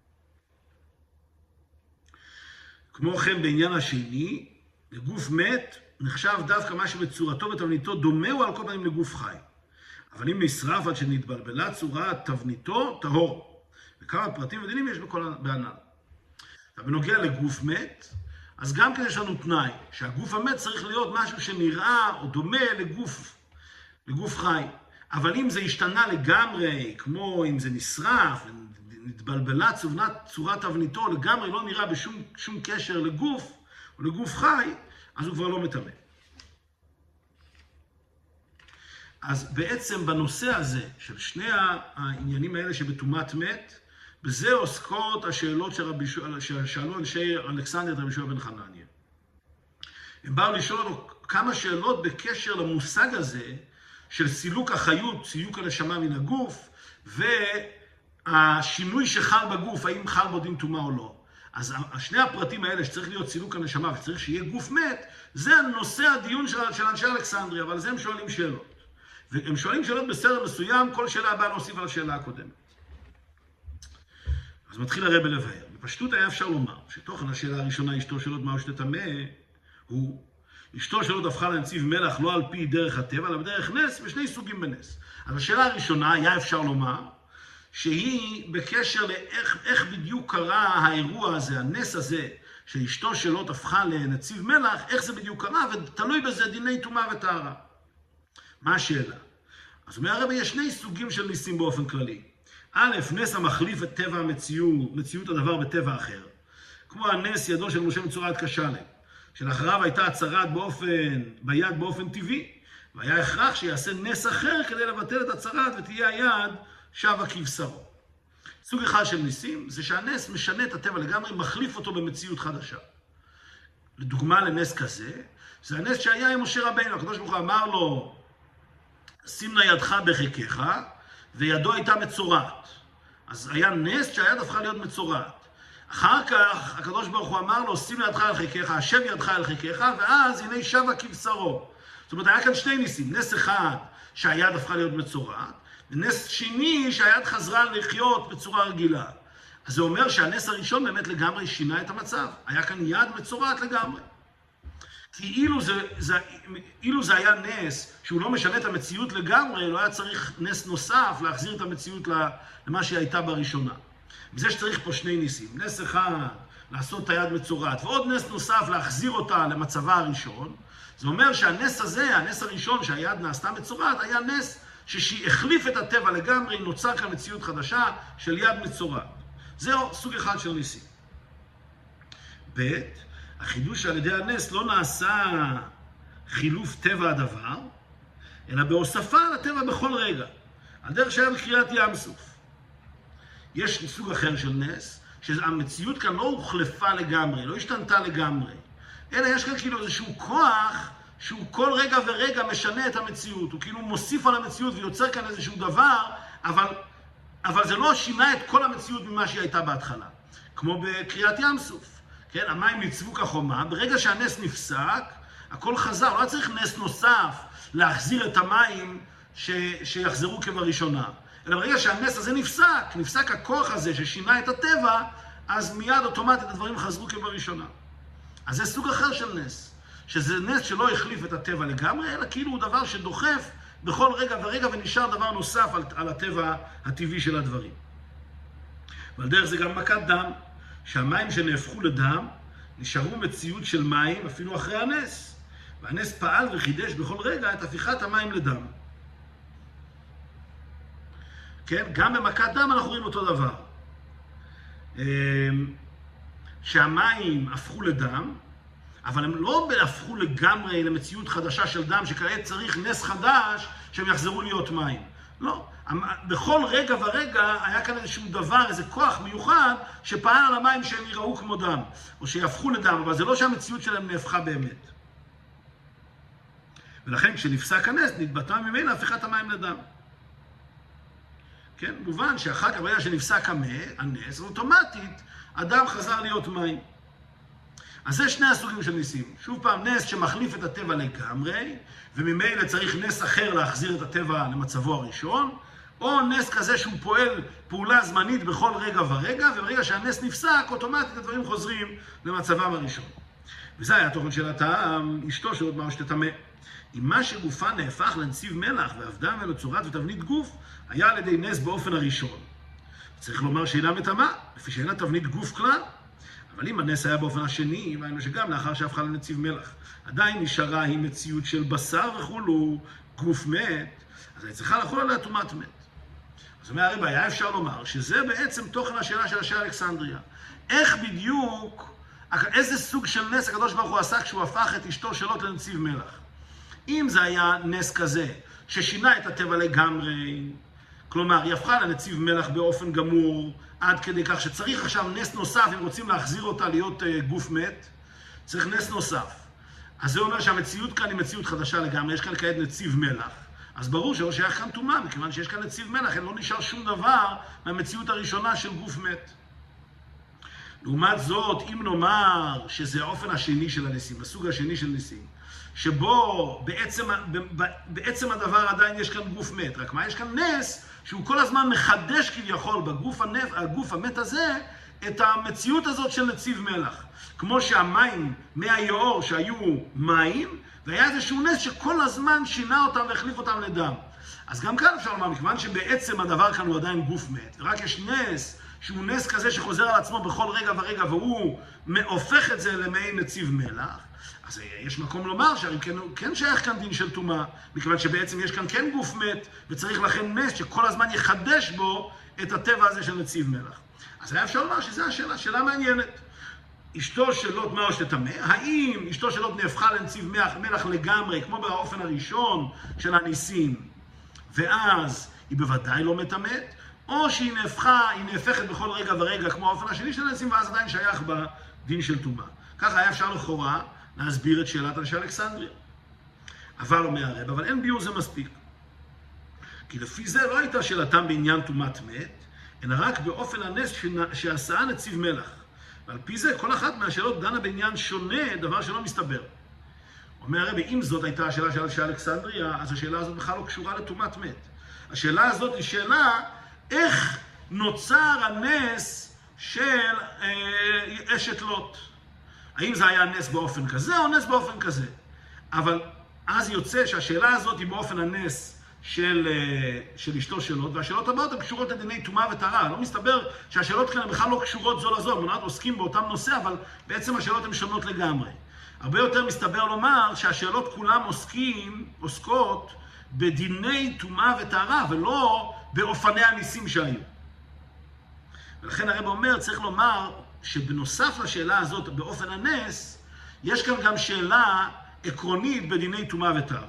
כמו כן בעניין השני, לגוף מת נחשב דווקא מה שבצורתו ותבניתו דומה הוא על כל פנים לגוף חי. אבל אם נשרף עד שנתבלבלה צורה תבניתו טהור. וכמה פרטים ודינים יש בענן. בנוגע לגוף מת, אז גם כן יש לנו תנאי, שהגוף המת צריך להיות משהו שנראה או דומה לגוף חי. אבל אם זה השתנה לגמרי, כמו אם זה נשרף, נתבלבלה צורת תבניתו, לגמרי לא נראה בשום קשר לגוף או לגוף חי, אז הוא כבר לא מטמא. אז בעצם בנושא הזה של שני העניינים האלה שבטומאת מת, בזה עוסקות השאלות ששאלו אנשי אלכסנדריה את רבי יהושע בן חנניה. הם באו לשאול אותו כמה שאלות בקשר למושג הזה של סילוק החיות, סילוק הנשמה מן הגוף, והשינוי שחל בגוף, האם חל בו דין טומאה או לא. אז שני הפרטים האלה שצריך להיות סילוק הנשמה וצריך שיהיה גוף מת, זה נושא הדיון של אנשי אלכסנדריה, אבל זה הם שואלים שאלות. והם שואלים שאלות בסדר מסוים, כל שאלה הבאה נוסיף על השאלה הקודמת. אז מתחיל הרב לבאר. בפשטות היה אפשר לומר שתוכן השאלה הראשונה, אשתו שאלות מהו שתטמא, הוא אשתו שאלות הפכה לנציב מלח לא על פי דרך הטבע, אלא בדרך נס, ושני סוגים בנס. אז השאלה הראשונה היה אפשר לומר שהיא בקשר לאיך בדיוק קרה האירוע הזה, הנס הזה, שאשתו שאלות הפכה לנציב מלח, איך זה בדיוק קרה, ותלוי בזה דיני טומאה וטהרה. מה השאלה? אז אומר הרב, יש שני סוגים של ניסים באופן כללי. א', נס המחליף את טבע מציאות הדבר בטבע אחר. כמו הנס ידו של משה מצורעת כשלג, שלאחריו הייתה הצרת ביד באופן טבעי, והיה הכרח שיעשה נס אחר כדי לבטל את הצרת ותהיה היד שווה כבשרו. סוג אחד של ניסים זה שהנס משנה את הטבע לגמרי, מחליף אותו במציאות חדשה. לדוגמה לנס כזה, זה הנס שהיה עם משה רבינו. הקדוש ברוך הוא אמר לו, שים נא ידך בחיקך, וידו הייתה מצורעת. אז היה נס שהיד הפכה להיות מצורעת. אחר כך הקדוש ברוך הוא אמר לו, שים ידך על חיקך, השב ידך על חיקך, ואז הנה שווה כבשרו. זאת אומרת, היה כאן שני ניסים. נס אחד שהיד הפכה להיות מצורעת, ונס שני שהיד חזרה לחיות בצורה רגילה. אז זה אומר שהנס הראשון באמת לגמרי שינה את המצב. היה כאן יד מצורעת לגמרי. כי אילו זה היה נס שהוא לא משנה את המציאות לגמרי, לא היה צריך נס נוסף להחזיר את המציאות למה שהיא הייתה בראשונה. וזה שצריך פה שני ניסים. נס אחד, לעשות את היד מצורעת, ועוד נס נוסף להחזיר אותה למצבה הראשון. זה אומר שהנס הזה, הנס הראשון שהיד נעשתה מצורעת, היה נס שהחליף את הטבע לגמרי, נוצר כאן מציאות חדשה של יד מצורעת. זהו סוג אחד של ניסים. ב' החידוש על ידי הנס לא נעשה חילוף טבע הדבר, אלא בהוספה לטבע בכל רגע, על דרך שהיה בקריאת ים סוף. יש סוג אחר של נס, שהמציאות כאן לא הוחלפה לגמרי, לא השתנתה לגמרי, אלא יש כאן כאילו איזשהו כוח שהוא כל רגע ורגע משנה את המציאות, הוא כאילו מוסיף על המציאות ויוצר כאן איזשהו דבר, אבל זה לא שינה את כל המציאות ממה שהיא הייתה בהתחלה. כמו בקריאת ים סוף. כן, המים ניצבו כחומה, ברגע שהנס נפסק, הכל חזר, לא צריך נס נוסף להחזיר את המים שיחזרו כבראשונה. אלא ברגע שהנס הזה נפסק הכוח הזה ששינה את הטבע, אז מיד אוטומטית הדברים חזרו כבראשונה. אז זה סוג אחר של נס, שזה נס שלא החליף את הטבע לגמרי, אלא כאילו הוא דבר שדוחף בכל רגע ורגע ונשאר דבר נוסף על הטבע הטבעי של הדברים. ועל דרך זה גם מכת דם, שהמים שנהפכו לדם נשארו מציאות של מים אפילו אחרי הנס. והנס פעל וחידש בכל רגע את הפיכת המים לדם. כן, גם במכת דם אנחנו רואים אותו דבר. שהמים הפכו לדם, אבל הם לא הפכו לגמרי למציאות חדשה של דם, שכעת צריך נס חדש שהם יחזרו להיות מים. לא. בכל רגע ורגע היה כאן איזשהו דבר, איזה כוח מיוחד, שפעל על המים שהם יראו כמו דם, או שיהפכו לדם, אבל זה לא שהמציאות שלהם נהפכה באמת. ולכן כשנפסק הנס, נתבטא ממילא הפיכת המים לדם. כן, מובן שאחר כך ברגע שנפסק הנס, אוטומטית, הדם חזר להיות מים. אז זה שני הסוגים של ניסים. שוב פעם, נס שמחליף את הטבע לגמרי, וממילא צריך נס אחר להחזיר את הטבע למצבו הראשון, או נס כזה שהוא פועל פעולה זמנית בכל רגע ורגע, וברגע שהנס נפסק, אוטומטית הדברים חוזרים למצבם הראשון. וזה היה התוכן של הטעם, אשתו של עוד מה שתטמא. אם מה שגופה נהפך לנציב מלח, ועבדה ממנו צורת ותבנית גוף, היה על ידי נס באופן הראשון. צריך לומר שאינה מטמאה, לפי שאינה תבנית גוף כלל. אבל אם הנס היה באופן השני, ראינו שגם לאחר שהפכה לנציב מלח, עדיין נשארה היא מציאות של בשר וכולו, גוף מת, אז היא צריכה לחול עליה טומאת מת. אז אומר הרב, היה אפשר לומר שזה בעצם תוכן השאלה של אנשי אלכסנדריה. איך בדיוק, איזה סוג של נס הקדוש ברוך הוא עשה כשהוא הפך את אשתו של לוט לנציב מלח? אם זה היה נס כזה, ששינה את הטבע לגמרי, כלומר, היא הפכה לנציב מלח באופן גמור, עד כדי כך שצריך עכשיו נס נוסף, אם רוצים להחזיר אותה להיות גוף מת, צריך נס נוסף. אז זה אומר שהמציאות כאן היא מציאות חדשה לגמרי, יש כאן כעת נציב מלח. אז ברור שלא שייך כאן טומאה, מכיוון שיש כאן נציב מלח, לא נשאר שום דבר מהמציאות הראשונה של גוף מת. לעומת זאת, אם נאמר שזה האופן השני של הניסים, הסוג השני של ניסים, שבו בעצם הדבר עדיין יש כאן גוף מת, רק מה? יש כאן נס שהוא כל הזמן מחדש כביכול בגוף המת הזה את המציאות הזאת של נציב מלח. כמו שהמים מהיאור שהיו מים, והיה איזשהו נס שכל הזמן שינה אותם והחליף אותם לדם. אז גם כאן אפשר לומר, מכיוון שבעצם הדבר כאן הוא עדיין גוף מת, רק יש נס שהוא נס כזה שחוזר על עצמו בכל רגע ורגע, והוא הופך את זה למעין נציב מלח, אז יש מקום לומר כן שייך כאן דין של טומאה, מכיוון שבעצם יש כאן כן גוף מת, וצריך לכן נס שכל הזמן יחדש בו את הטבע הזה של נציב מלח. אז היה אפשר לומר שזו השאלה, שאלה מעניינת. אשתו של לוט מה שתטמא, האם אשתו של לוט נהפכה לנציב מלח לגמרי, כמו באופן הראשון של הניסים, ואז היא בוודאי לא מטמאת, או שהיא נהפכת בכל רגע ורגע כמו האופן השני של הניסים, ואז עדיין שייך בדין של טומאה. ככה היה אפשר לכאורה להסביר את שאלת אנשי אלכסנדריה. אבל אומר הרב, אבל אין ביור זה מספיק. כי לפי זה לא הייתה שאלתם בעניין טומאת מת, אלא רק באופן הנס שעשה נציב מלח. ועל פי זה כל אחת מהשאלות דנה בעניין שונה, דבר שלא מסתבר. אומר הרב, אם זאת הייתה השאלה של אנשי אלכסנדריה, אז השאלה הזאת בכלל לא קשורה לטומאת מת. השאלה הזאת היא שאלה איך נוצר הנס של אשת לוט. האם זה היה נס באופן כזה או נס באופן כזה? אבל אז יוצא שהשאלה הזאת היא באופן הנס של אשתו של לוט, והשאלות הבאות הן קשורות לדיני טומאה וטהרה. לא מסתבר שהשאלות כאן בכלל לא קשורות זו לזו, מונת עוסקים באותם נושא, אבל בעצם השאלות הן שונות לגמרי. הרבה יותר מסתבר לומר שהשאלות כולם עוסקות בדיני טומאה וטהרה, ולא באופני הניסים שהיו. ולכן הרב אומר, צריך לומר שבנוסף לשאלה הזאת באופן הנס, יש כאן גם שאלה עקרונית בדיני טומאה וטהרה.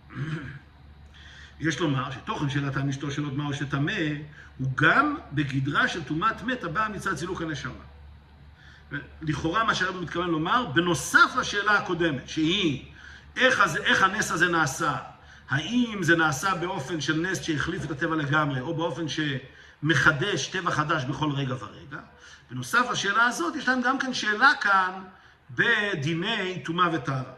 יש לומר שתוכן שאלתם אשתו של לוט מהו שטמא, הוא גם בגדרה של טומאת מת הבאה מצד סילוק הנשמה. לכאורה מה שהרב מתכוון לומר, בנוסף לשאלה הקודמת, שהיא איך הנס הזה נעשה, האם זה נעשה באופן של נס שהחליף את הטבע לגמרי, או באופן שמחדש טבע חדש בכל רגע ורגע, בנוסף לשאלה הזאת יש להם גם כן שאלה כאן בדיני טומאה וטהרה.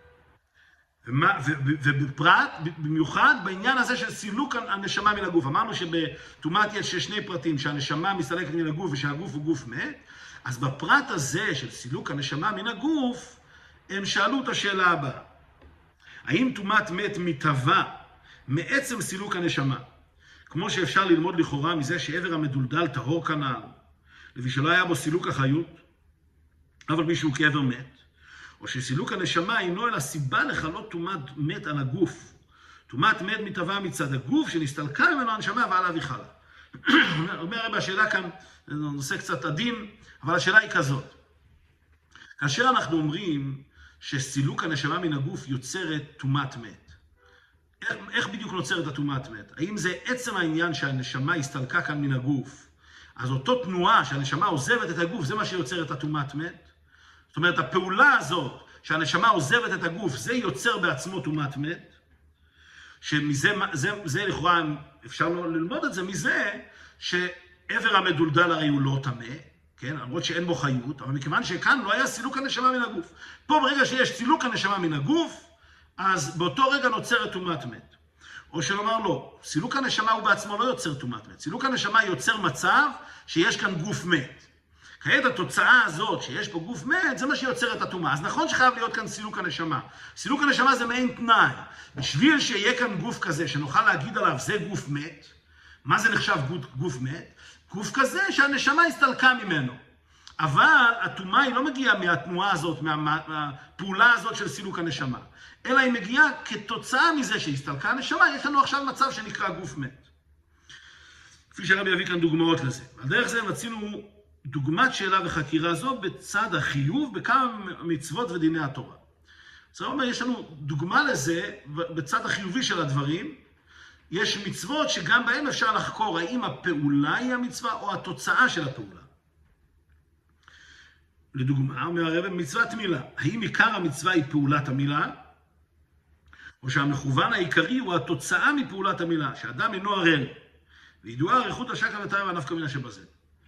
ובפרט, במיוחד בעניין הזה של סילוק הנשמה מן הגוף. אמרנו שבטומאת יש שני פרטים, שהנשמה מסתלקת מן הגוף ושהגוף הוא גוף מת, אז בפרט הזה של סילוק הנשמה מן הגוף, הם שאלו את השאלה הבאה. האם טומאת מת מתהווה מעצם סילוק הנשמה, כמו שאפשר ללמוד לכאורה מזה שעבר המדולדל טהור כנ"ל, לפי שלא היה בו סילוק החיות, אבל מישהו כעבר מת, או שסילוק הנשמה אינו אלא סיבה לכלות טומאת מת על הגוף. טומאת מת מתהווה מצד הגוף שנסתלקה ממנו הנשמה ועליו היא חלה. אומר רבי, השאלה כאן, זה נושא קצת עדין, אבל השאלה היא כזאת. כאשר אנחנו אומרים שסילוק הנשמה מן הגוף יוצרת טומאת מת, איך בדיוק נוצרת הטומאת מת? האם זה עצם העניין שהנשמה הסתלקה כאן מן הגוף, אז אותו תנועה שהנשמה עוזבת את הגוף, זה מה שיוצר את הטומאת מת? זאת אומרת, הפעולה הזאת שהנשמה עוזבת את הגוף, זה יוצר בעצמו טומאת מת, שמזה לכאורה אפשר ללמוד את זה מזה שעבר המדולדל הרי הוא לא טמא, כן? למרות שאין בו חיות, אבל מכיוון שכאן לא היה סילוק הנשמה מן הגוף. פה ברגע שיש סילוק הנשמה מן הגוף, אז באותו רגע נוצרת טומאת מת. או שלומר לא, סילוק הנשמה הוא בעצמו לא יוצר טומאת מת. סילוק הנשמה יוצר מצב שיש כאן גוף מת. כעת התוצאה הזאת שיש פה גוף מת, זה מה שיוצר את הטומאה. אז נכון שחייב להיות כאן סילוק הנשמה. סילוק הנשמה זה מעין תנאי. בשביל שיהיה כאן גוף כזה, שנוכל להגיד עליו זה גוף מת, מה זה נחשב גוף מת? גוף כזה שהנשמה הסתלקה ממנו. אבל הטומאה היא לא מגיעה מהתנועה הזאת, מהפעולה הזאת של סילוק הנשמה. אלא היא מגיעה כתוצאה מזה שהסתלקה הנשמה, יש לנו עכשיו מצב שנקרא גוף מת. כפי שהרבי יביא כאן דוגמאות לזה. על דרך זה מצינו דוגמת שאלה וחקירה זו בצד החיוב בכמה מצוות ודיני התורה. זאת אומרת, יש לנו דוגמה לזה בצד החיובי של הדברים. יש מצוות שגם בהן אפשר לחקור האם הפעולה היא המצווה או התוצאה של הפעולה. לדוגמה, אומר הרב, מצוות מילה. האם עיקר המצווה היא פעולת המילה, או שהמכוון העיקרי הוא התוצאה מפעולת המילה, שאדם אינו ערל, וידועה אריכות השקה וטהרה והנפקא מינה שבזה.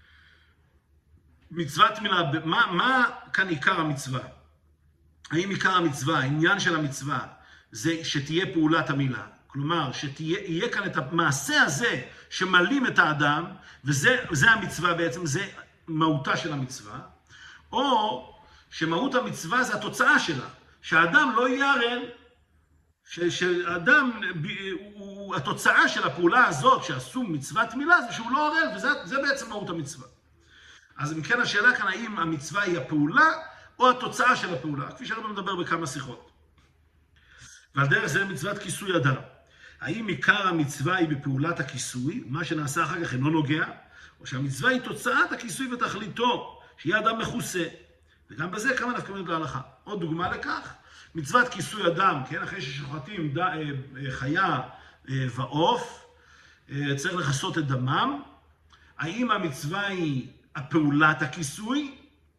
מצוות מילה, מה כאן עיקר המצווה? האם עיקר המצווה, העניין של המצווה, זה שתהיה פעולת המילה? כלומר, שיהיה כאן את המעשה הזה שמלים את האדם, וזה המצווה בעצם, זה מהותה של המצווה, או שמהות המצווה זה התוצאה שלה, שהאדם לא יהיה ערל, שהאדם, התוצאה של הפעולה הזאת שעשו מצוות מילה זה שהוא לא ערל, וזה בעצם מהות המצווה. אז אם כן השאלה כאן, האם המצווה היא הפעולה או התוצאה של הפעולה, כפי שהרב מדבר בכמה שיחות. ועל דרך זה מצוות כיסוי אדם. האם עיקר המצווה היא בפעולת הכיסוי, מה שנעשה אחר כך אינו נוגע, או שהמצווה היא תוצאת הכיסוי ותכליתו, שיהיה אדם מכוסה. וגם בזה כמה נפקא מינות להלכה. עוד דוגמה לכך, מצוות כיסוי אדם, כן, אחרי ששוחטים חיה ועוף, צריך לכסות את דמם. האם המצווה היא הפעולת הכיסוי,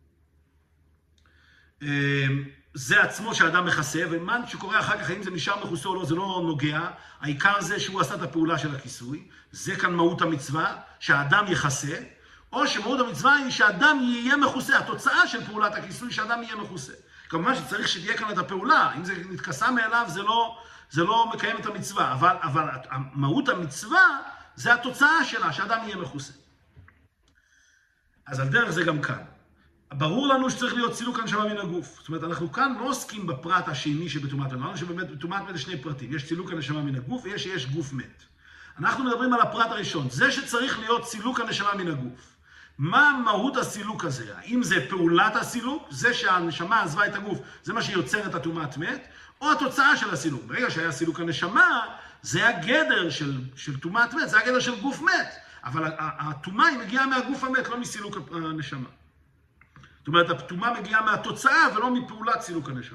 זה עצמו שהאדם מכסה, ומה שקורה אחר כך, האם זה נשאר מכוסה או לא, זה לא נוגע. העיקר זה שהוא עשה את הפעולה של הכיסוי, זה כאן מהות המצווה, שהאדם יכסה, או שמהות המצווה היא שהאדם יהיה מכוסה, התוצאה של פעולת הכיסוי שהאדם יהיה מכוסה. כמובן שצריך שתהיה כאן את הפעולה, אם זה נתכסה מאליו זה לא מקיים את המצווה, אבל מהות המצווה זה התוצאה שלה, שאדם יהיה מכוסה. אז על דרך זה גם כאן. ברור לנו שצריך להיות סילוק הנשמה מן הגוף. זאת אומרת, אנחנו כאן לא עוסקים בפרט השני שבטומאת מת. אמרנו שבאמת בטומאת מת יש שני פרטים. יש סילוק הנשמה מן הגוף ויש גוף מת. אנחנו מדברים על הפרט הראשון. זה שצריך להיות סילוק הנשמה מן הגוף. מה מהות הסילוק הזה? האם זה פעולת הסילוק? זה שהנשמה עזבה את הגוף, זה מה שיוצר את הטומאת מת? או התוצאה של הסילוק? ברגע שהיה סילוק הנשמה, זה הגדר של טומאת מת, זה הגדר של גוף מת. אבל הטומאה היא מגיעה מהגוף המת, לא מסילוק הנשמה. זאת אומרת, הטומאה מגיעה מהתוצאה ולא מפעולת סילוק הנשמה.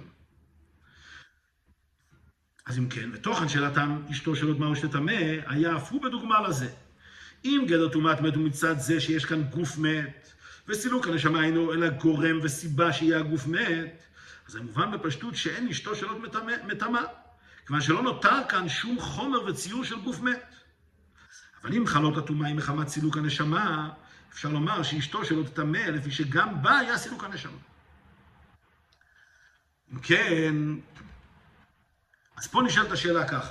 אז אם כן, ותוכן שאלתם אשתו של עוד מהו שטמא, היה אף הוא בדוגמה לזה. אם גדר טומאת מת הוא מצד זה שיש כאן גוף מת, וסילוק הנשמה אינו אלא גורם וסיבה שיהיה הגוף מת, אז זה מובן בפשטות שאין אשתו של עוד מטמא, כיוון שלא נותר כאן שום חומר וציור של גוף מת. אבל אם חלות הטומאה היא מחמת סילוק הנשמה, אפשר לומר שאשתו שלא תטמא, לפי שגם בה היה סילוק הנשמה. אם כן, אז פה נשאלת השאלה ככה.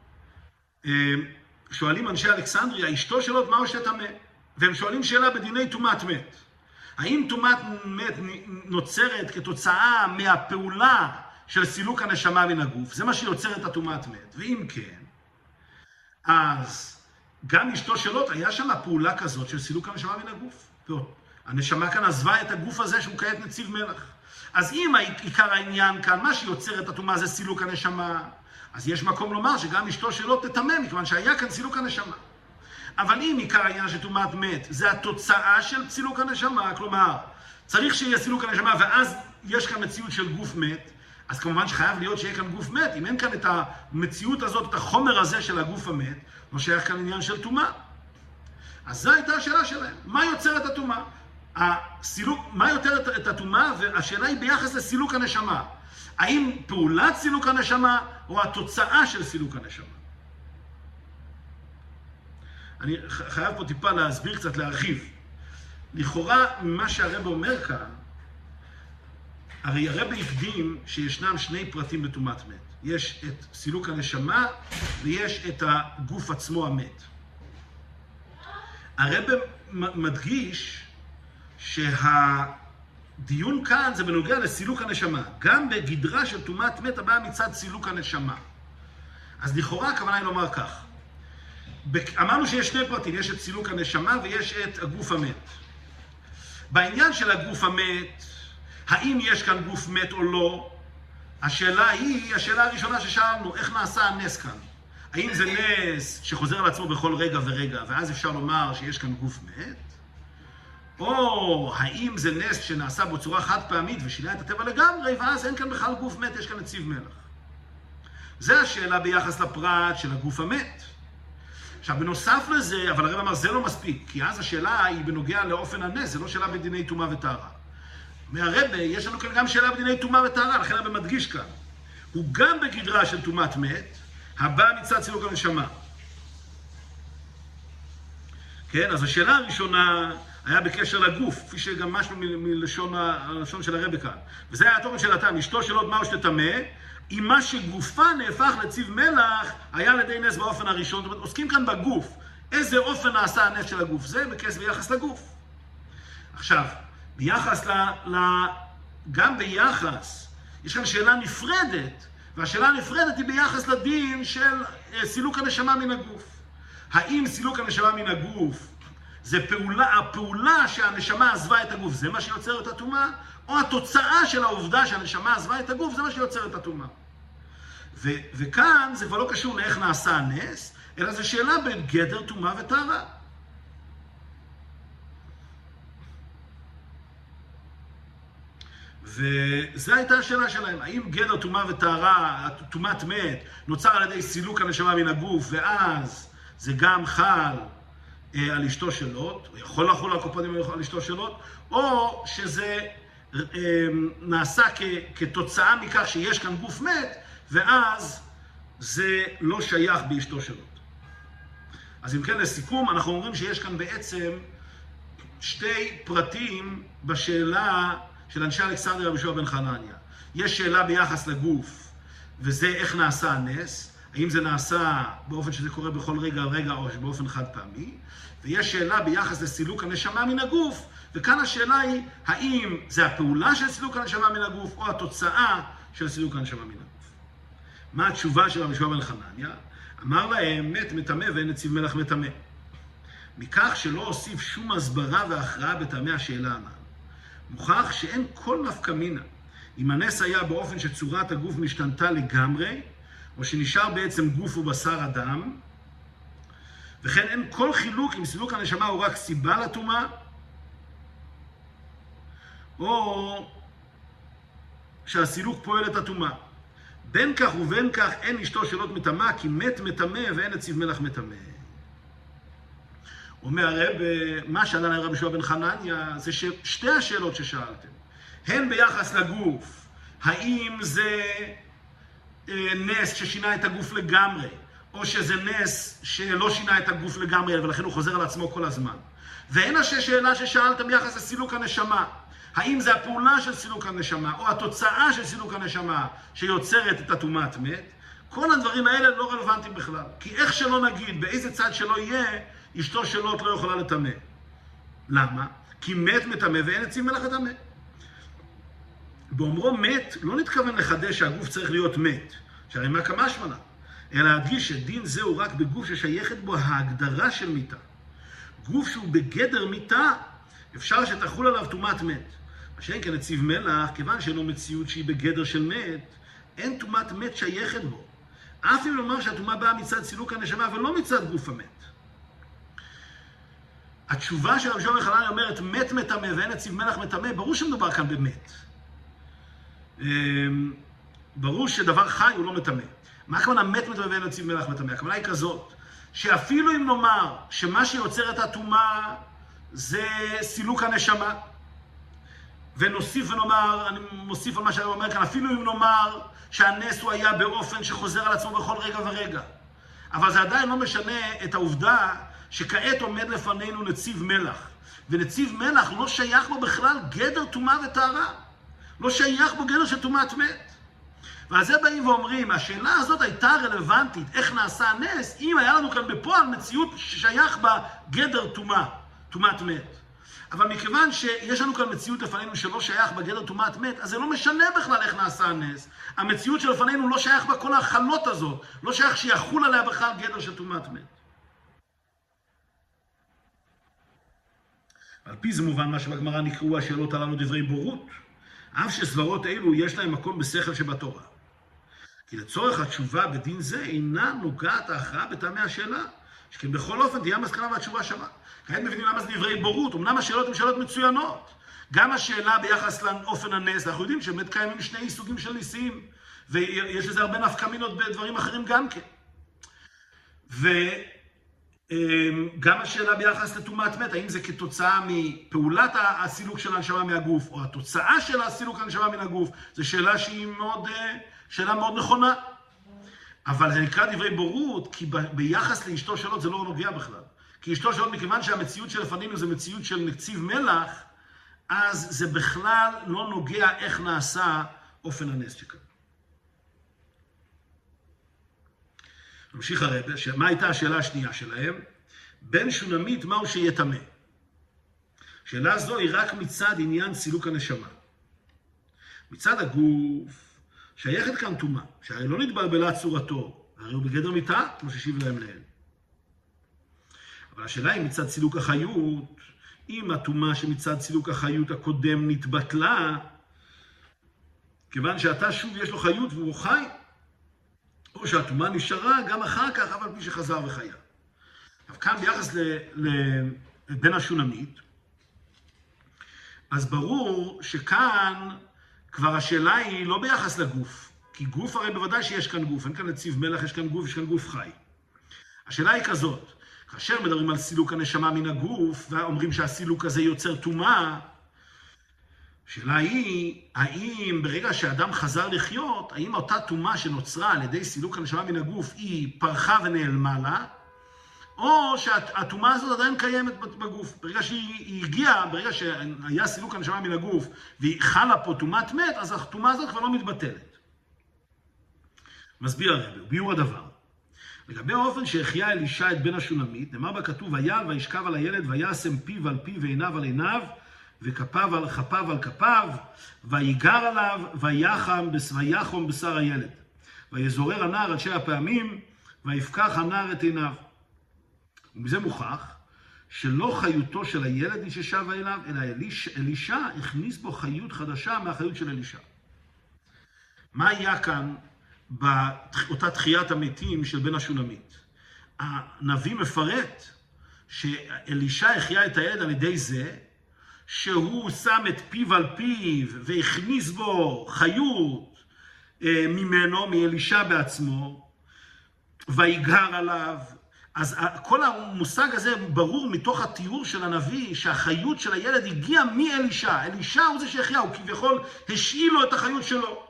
שואלים אנשי אלכסנדריה, אשתו של עוד מהו שטמא? והם שואלים שאלה בדיני טומאת מת. האם טומאת מת נוצרת כתוצאה מהפעולה של סילוק הנשמה מן הגוף? זה מה שיוצר את הטומאת מת. ואם כן, אז גם אשתו של לוט היה שם פעולה כזאת של סילוק הנשמה מן הגוף. הנשמה כאן עזבה את הגוף הזה שהוא כעת נציב מלך. אז אם עיקר העניין כאן, מה שיוצר את הטומאה זה סילוק הנשמה, אז יש מקום לומר שגם אשתו של לוט תטמא, מכיוון שהיה כאן סילוק הנשמה. אבל אם עיקר העניין של טומאת מת זה התוצאה של סילוק הנשמה, כלומר, צריך שיהיה סילוק הנשמה ואז יש כאן מציאות של גוף מת, אז כמובן שחייב להיות שיהיה כאן גוף מת. אם אין כאן את המציאות הזאת, את החומר הזה של הגוף המת, לא שייך כאן עניין של טומאה. אז זו הייתה השאלה שלהם. מה יוצר את הטומאה? מה יותר את הטומאה? והשאלה היא ביחס לסילוק הנשמה. האם פעולת סילוק הנשמה או התוצאה של סילוק הנשמה? אני חייב פה טיפה להסביר קצת, להרחיב. לכאורה, ממה שהרב אומר כאן, הרי הרב הקדים שישנם שני פרטים בטומאת מת. יש את סילוק הנשמה ויש את הגוף עצמו המת. הרב מדגיש שהדיון כאן זה בנוגע לסילוק הנשמה. גם בגדרה של טומאת מת הבאה מצד סילוק הנשמה. אז לכאורה הכוונה היא לומר כך. אמרנו שיש שני פרטים, יש את סילוק הנשמה ויש את הגוף המת. בעניין של הגוף המת, האם יש כאן גוף מת או לא? השאלה היא, השאלה הראשונה ששאלנו, איך נעשה הנס כאן? האם זה נס שחוזר על עצמו בכל רגע ורגע, ואז אפשר לומר שיש כאן גוף מת? או האם זה נס שנעשה בצורה חד פעמית ושינה את הטבע לגמרי, ואז אין כאן בכלל גוף מת, יש כאן נציב מלך. זה השאלה ביחס לפרט של הגוף המת. עכשיו, בנוסף לזה, אבל הרב אמר, זה לא מספיק, כי אז השאלה היא בנוגע לאופן הנס, זה לא שאלה בדיני טומאה וטהרה. מהרב, יש לנו כאן גם שאלה בדיני טומאה וטהרה, לכן הרב מדגיש כאן. הוא גם בגדרה של טומאת מת, הבא מצד סילוק הנשמה. כן, אז השאלה הראשונה היה בקשר לגוף, כפי שגם משהו מלשון של הרב כאן. וזה היה התוכן של הטעם, אשתו של עוד מהו שתטמא, אם מה שגופה נהפך לציב מלח, היה על ידי נס באופן הראשון. זאת אומרת, עוסקים כאן בגוף. איזה אופן נעשה הנס של הגוף? זה ביחס לגוף. עכשיו, ביחס גם ביחס, יש כאן שאלה נפרדת, והשאלה הנפרדת היא ביחס לדין של סילוק הנשמה מן הגוף. האם סילוק הנשמה מן הגוף זה הפעולה שהנשמה עזבה את הגוף, זה מה שיוצר את הטומאה? או התוצאה של העובדה שהנשמה עזבה את הגוף, זה מה שיוצר את הטומאה? וכאן זה כבר לא קשור לאיך נעשה הנס, אלא זו שאלה בגדר טומאה וטהרה. וזו הייתה השאלה שלהם, האם גדר טומאה וטהרה, טומאת מת, נוצר על ידי סילוק הנשמה מן הגוף, ואז זה גם חל על אשתו של לוט, או יכול לחול על קופונים על אשתו של לוט, או שזה נעשה כתוצאה מכך שיש כאן גוף מת, ואז זה לא שייך באשתו של לוט. אז אם כן, לסיכום, אנחנו אומרים שיש כאן בעצם שתי פרטים בשאלה של אנשי אלכסנדריה רבי יהושע בן חנניה. יש שאלה ביחס לגוף, וזה איך נעשה הנס, האם זה נעשה באופן שזה קורה בכל רגע על רגע או באופן חד פעמי, ויש שאלה ביחס לסילוק הנשמה מן הגוף, וכאן השאלה היא, האם זה הפעולה של סילוק הנשמה מן הגוף, או התוצאה של סילוק הנשמה מן הגוף. מה התשובה של רבי יהושע בן חנניה? אמר להם, מת מטמא ואין נציב מלח מטמא. מכך שלא הוסיף שום הסברה והכרעה בטעמי השאלה הנ"ל. מוכח שאין כל נפקא מינה. אם הנס היה באופן שצורת הגוף משתנתה לגמרי, או שנשאר בעצם גוף ובשר אדם, וכן אין כל חילוק אם סילוק הנשמה הוא רק סיבה לטומאה, או שהסילוק פועל את הטומאה. בין כך ובין כך אין אשתו שאלות מטמאה, כי מת מטמא ואין נציב מלח מטמא. אומר הרב, מה שענה להם רבי יהושע בן חנניה, זה ששתי השאלות ששאלתם, הן ביחס לגוף, האם זה נס ששינה את הגוף לגמרי, או שזה נס שלא שינה את הגוף לגמרי, ולכן הוא חוזר על עצמו כל הזמן. והן השאלה ששאלתם ביחס לסילוק הנשמה, האם זה הפעולה של סילוק הנשמה, או התוצאה של סילוק הנשמה שיוצרת את הטומאת מת, כל הדברים האלה לא רלוונטיים בכלל. כי איך שלא נגיד, באיזה צד שלא יהיה, אשתו שלו לא יכולה לטמא. למה? כי מת מטמא ואין נציב מלח מטמא. באומרו מת, לא נתכוון לחדש שהגוף צריך להיות מת, שהרי מה כמשמע, אלא להדגיש שדין זהו רק בגוף ששייכת בו ההגדרה של מיתה. גוף שהוא בגדר מיתה, אפשר שתחול עליו טומאת מת. מה שאין כנציב מלח, כיוון שאינו מציאות שהיא בגדר של מת, אין טומאת מת שייכת בו. אף אם לומר שהטומאה באה מצד סילוק הנשמה ולא מצד גוף המת. התשובה של רבי יהושע בן חנניה אומרת מת מטמא ואין נציב מלח מטמא, ברור שמדובר כאן במת. ברור שדבר חי הוא לא מטמא. מה הכוונה מת מטמא ואין נציב מלח מטמא? הכוונה היא כזאת, שאפילו אם נאמר שמה שיוצר את הטומאה זה סילוק הנשמה, ונוסיף ונאמר, אני מוסיף על מה שאני אומר כאן, אפילו אם נאמר שהנס הוא היה באופן שחוזר על עצמו בכל רגע ורגע, אבל זה עדיין לא משנה את העובדה שכעת עומד לפנינו נציב מלח, ונציב מלח לא שייך בו בכלל גדר טומאה וטהרה, לא שייך בו גדר של טומאת מת. ועל זה באים ואומרים, השאלה הזאת הייתה רלוונטית, איך נעשה הנס, אם היה לנו כאן בפועל מציאות ששייך בה גדר טומאה, טומאת מת. אבל מכיוון שיש לנו כאן מציאות לפנינו שלא שייך בגדר טומאת מת, אז זה לא משנה בכלל איך נעשה הנס. המציאות שלפנינו לא שייך בה כל החלות הזאת, לא שייך שיחול עליה בכלל גדר של טומאת מת. על פי זה מובן מה שבגמרא נקראו השאלות הללו דברי בורות, אף שסברות אלו יש להם מקום בשכל שבתורה. כי לצורך התשובה בדין זה אינה נוגעת ההכרעה בטעמי השאלה, שכן בכל אופן תהיה המסקנה והתשובה שווה. כעת מבינים למה זה דברי בורות, אמנם השאלות הן שאלות מצוינות. גם השאלה ביחס לאופן הנס, אנחנו יודעים שבאמת קיימים שני סוגים של ניסים, ויש לזה הרבה נפקא מינות בדברים אחרים גם כן. וגם השאלה ביחס לטומאת מת, האם זה כתוצאה מפעולת הסילוק של הנשמה מהגוף, או התוצאה של הסילוק הנשמה מן הגוף, זו שאלה שהיא שאלה מאוד נכונה. אבל זה נקרא דברי בורות, כי ביחס לאשתו שלו זה לא נוגע בכלל. כי אשתו שלו, מכיוון שהמציאות שלפנינו זה מציאות של נציב מלח, אז זה בכלל לא נוגע איך נעשה אופן הנס שכאן. נמשיך הרב, מה הייתה השאלה השנייה שלהם? בן שונמית מהו שיטמא? שאלה זו היא רק מצד עניין סילוק הנשמה. מצד הגוף, שייכת כאן טומאה, שהרי לא נתבלבלה צורתו, הרי הוא בגדר מיתה, כמו שהשיב להם לעיל. אבל השאלה היא מצד סילוק החיות, אם הטומאה שמצד סילוק החיות הקודם נתבטלה, כיוון שאתה שוב יש לו חיות והוא חי, או שהטומאה נשארה גם אחר כך, אבל מי שחזר וחיה. אבל כאן ביחס לבן השונמית, אז ברור שכאן כבר השאלה היא לא ביחס לגוף, כי גוף הרי בוודאי שיש כאן גוף, אין כאן נציב מלח, יש כאן גוף חי. השאלה היא כזאת, כאשר מדברים על סילוק הנשמה מן הגוף, ואומרים שהסילוק הזה יוצר טומאה, השאלה היא, האם ברגע שאדם חזר לחיות, האם אותה טומאה שנוצרה על ידי סילוק הנשמה מן הגוף, היא פרחה ונעלמה לה, או שהטומאה הזאת עדיין קיימת בגוף. ברגע שהיא הגיעה, ברגע שהיה סילוק הנשמה מן הגוף, והיא חלה פה טומאת מת, אז הטומאה הזאת כבר לא מתבטלת. מסביר הרב, ביור הדבר. לגבי האופן שהחיה אלישע את בן השונמית, נאמר בכתוב, ויעל וישכב על הילד, וישם פיו על פיו ועיניו על עיניו, וכפיו על כפיו, ויגר עליו, ויחום בשר הילד. ויזורר הנער עד 7 פעמים, ויפקח הנער את עיניו. ומזה מוכח שלא חיותו של הילד היא ששבה אליו, אלא אלישע הכניס בו חיות חדשה מהחיות של אלישע. מה היה כאן באותה תחיית המתים של בן השונמית? הנביא מפרט שאלישע החיה את הילד על ידי זה שהוא שם את פיו על פיו והכניס בו חיות ממנו, מאלישע בעצמו, ויגר עליו. אז כל המושג הזה ברור מתוך התיאור של הנביא שהחיות של הילד הגיעה מאלישע. אלישע הוא זה שהחיה, הוא כביכול השאיל לו את החיות שלו.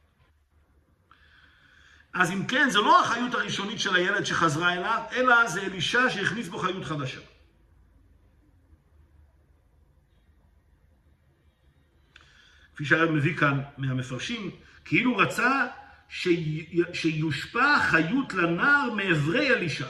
אז אם כן, זה לא החיות הראשונית של הילד שחזרה אליו, אלא זה אלישע שהכניס בו חיות חדשה. כפי שהרב מביא כאן מהמפרשים, כאילו רצה שיושפע חיות לנער מעברי אלישע.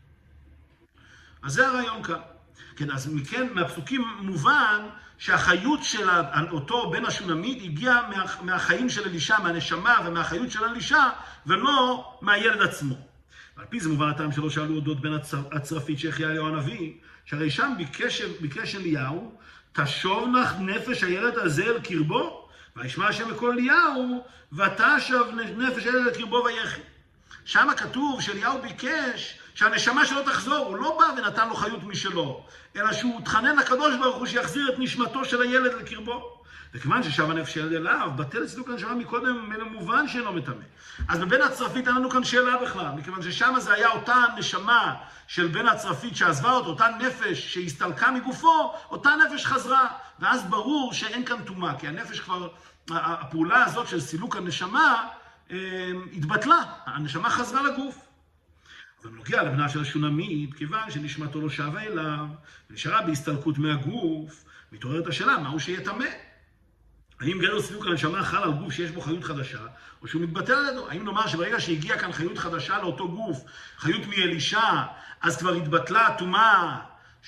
אז זה הרעיון כאן. כן, אז מכן, מהפסוקים מובן שהחיות של אותו בן השונמית הגיעה מהחיים של אלישע, מהנשמה ומהחיות של אלישע, ולא מהילד עצמו. ועל פי זה מובן הטעם שלא שאלו אודות בן הצרפית שהחיה אליהו הנביא, שהרי שם ביקש אליהו, תשוב נח נפש הילד הזה אל קרבו, וישמע השם בקול אליהו, ותשב נפש הילד אל קרבו ויחי. שם כתוב שאליהו ביקש שהנשמה שלו תחזור, הוא לא בא ונתן לו חיות משלו, אלא שהוא התחנן לקדוש ברוך הוא שיחזיר את נשמתו של הילד לקרבו. וכיוון ששם הנפש של אליו, בטל אצלו כאן שמה מקודם מובן שאינו מטמא. אז בבן הצרפית אין לנו כאן שאלה בכלל, מכיוון ששם זה היה אותה נשמה של בן הצרפית שעזבה אותו, אותה נפש שהסתלקה מגופו, אותה נפש חזרה, ואז ברור שאין כאן טומאה, כי הנפש כבר, הפעולה הזאת של סילוק הנשמה התבטלה, הנשמה חזרה לגוף. אבל נוגע לבנה של השונמית, כיוון שנשמתו לא שבה אליו, ונשארה בהסתלקות מהגוף, מתעוררת השאלה, מהו שיהיה טמא? האם גדר סילוק הנשמה חל על גוף שיש בו חיות חדשה, או שהוא מתבטל על ידו? האם נאמר שברגע שהגיעה כאן חיות חדשה לאותו גוף, חיות מאלישע, אז כבר התבטלה הטומאה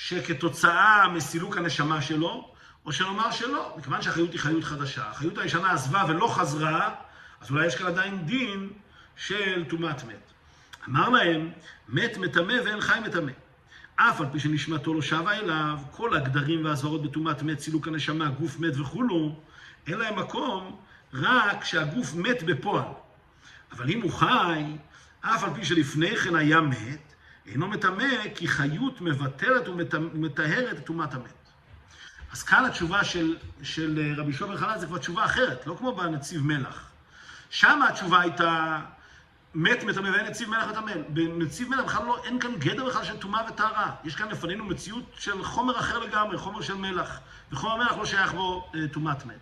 שכתוצאה מסילוק הנשמה שלו, או שנאמר שלא, מכיוון שהחיות היא חיות חדשה, החיות הישנה עזבה ולא חזרה, אז אולי יש כאן עדיין דין של טומאת מת. אמר להם, מת מטמא ואין חי מטמא. אף על פי שנשמתו לא שבה אליו, כל הגדרים והזורות בטומאת מת, סילוק הנשמה, גוף מת וכולו, אין להם מקום רק שהגוף מת בפועל. אבל אם הוא חי, אף על פי שלפני כן היה מת, אינו מטמא, כי חיות מבטלת ומטהרת את טומאת המת. אז כאן התשובה של רבי שובר חנן זה כבר תשובה אחרת, לא כמו בנציב מלח. שם התשובה הייתה מת מטמא ואין נציב מלח מטמא. בנציב מלח בכלל לא, אין כאן גדר בכלל של טומאה וטהרה. יש כאן לפנינו מציאות של חומר אחר לגמרי, חומר של מלח. וחומר מלח לא שייך בו טומאת מת.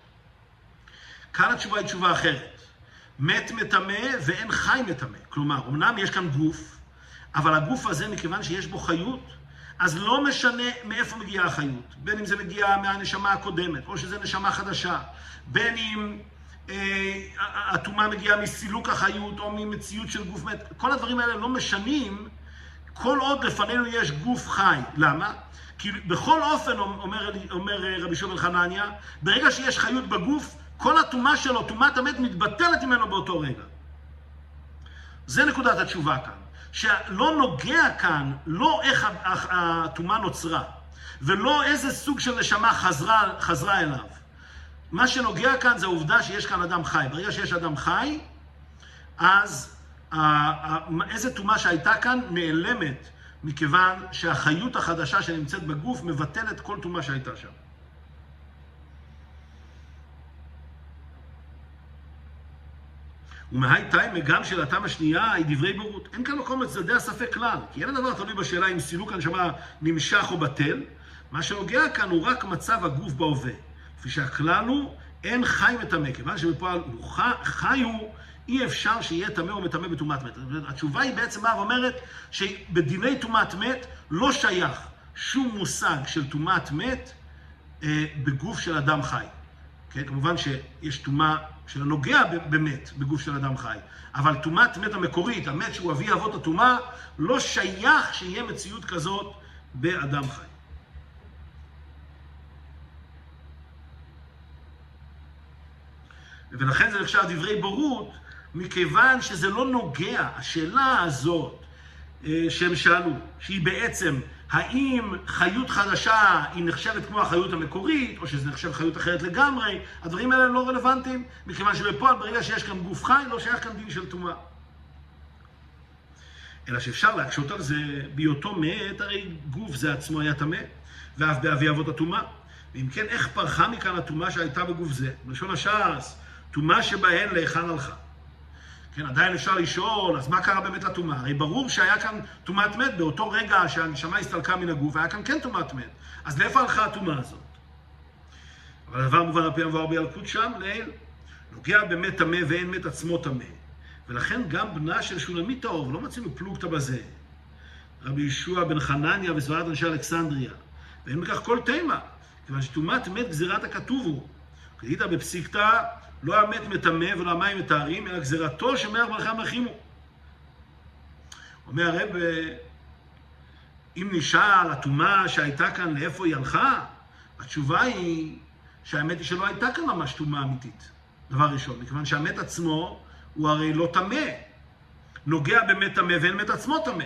כאן התשובה היא תשובה אחרת. מת מטמא ואין חי מטמא. כלומר, אמנם יש כאן גוף, אבל הגוף הזה, מכיוון שיש בו חיות, אז לא משנה מאיפה מגיעה החיות. בין אם זה מגיע מהנשמה הקודמת, או שזה נשמה חדשה. בין אם הטומאה מגיעה מסילוק החיות או ממציאות של גוף מת. כל הדברים האלה לא משנים כל עוד לפנינו יש גוף חי. למה? כי בכל אופן, אומר רבי שובל חנניה, ברגע שיש חיות בגוף, כל הטומאה שלו, טומאת המת, מתבטלת ממנו באותו רגע. זה נקודת התשובה כאן. שלא נוגע כאן, לא איך הטומאה נוצרה, ולא איזה סוג של נשמה חזרה אליו. מה שנוגע כאן זה העובדה שיש כאן אדם חי. ברגע שיש אדם חי, אז איזה טומאה שהייתה כאן נעלמת, מכיוון שהחיות החדשה שנמצאת בגוף מבטלת כל טומאה שהייתה שם. ומהי תיימה גם שאלתם השנייה היא דברי בורות. אין כאן מקום לצדדי הספק כלל, כי אין הדבר תלוי בשאלה אם סילוק הנשמה נמשך או בטל. מה שנוגע כאן הוא רק מצב הגוף בהווה. כפי שהכלל הוא, אין חי מטמא, כיוון שבפועל הוא חי הוא, אי אפשר שיהיה טמא או מטמא בטומאת מת. התשובה היא בעצם מה ואומרת שבדיני טומאת מת לא שייך שום מושג של טומאת מת בגוף של אדם חי. כן? כמובן שיש טומאה של הנוגע במת, בגוף של אדם חי. אבל טומאת מת המקורית, המת שהוא אבי אבות הטומאה, לא שייך שיהיה מציאות כזאת באדם חי. ולכן זה נחשב דברי בורות, מכיוון שזה לא נוגע, השאלה הזאת שהם שאלו, שהיא בעצם, האם חיות חדשה היא נחשבת כמו החיות המקורית, או שזה נחשב חיות אחרת לגמרי, הדברים האלה לא רלוונטיים, מכיוון שבפועל ברגע שיש כאן גוף חי, לא שייך כאן דין של טומאה. אלא שאפשר להקשות על זה, בהיותו מת, הרי גוף זה עצמו היה טמא, ואף באבי אבות הטומאה. ואם כן, איך פרחה מכאן הטומאה שהייתה בגוף זה? בלשון הש"ס, טומאה שבהן להיכן הלכה. כן, עדיין אפשר לשאול, אז מה קרה באמת לטומאה? הרי ברור שהיה כאן טומאת מת, באותו רגע שהנשמה הסתלקה מן הגוף, היה כאן כן טומאת מת. אז לאיפה הלכה הטומאה הזאת? אבל הדבר מובן על פי המבואר בילקוט שם, לעיל, נוגע באמת טמא ואין מת עצמו טמא. ולכן גם בנה של שולמית טהור, לא מצינו פלוגתא בזה. רבי ישוע בן חנניה וסברת אנשי אלכסנדריה. ואין בכך כל תימה, כיוון שטומאת מת גזירת הכתוב הוא. כדאית בפסיקתא, לא המת מטמא ולא המים מטהרים, אלא גזירתו שמח מלאכי מחימו. אומר הרב, אם נשאל הטומאה שהייתה כאן, לאיפה היא הלכה? התשובה היא שהאמת היא שלא הייתה כאן ממש טומאה אמיתית. דבר ראשון, מכיוון שהמת עצמו הוא הרי לא טמא. נוגע באמת טמא ואין מת עצמו טמא.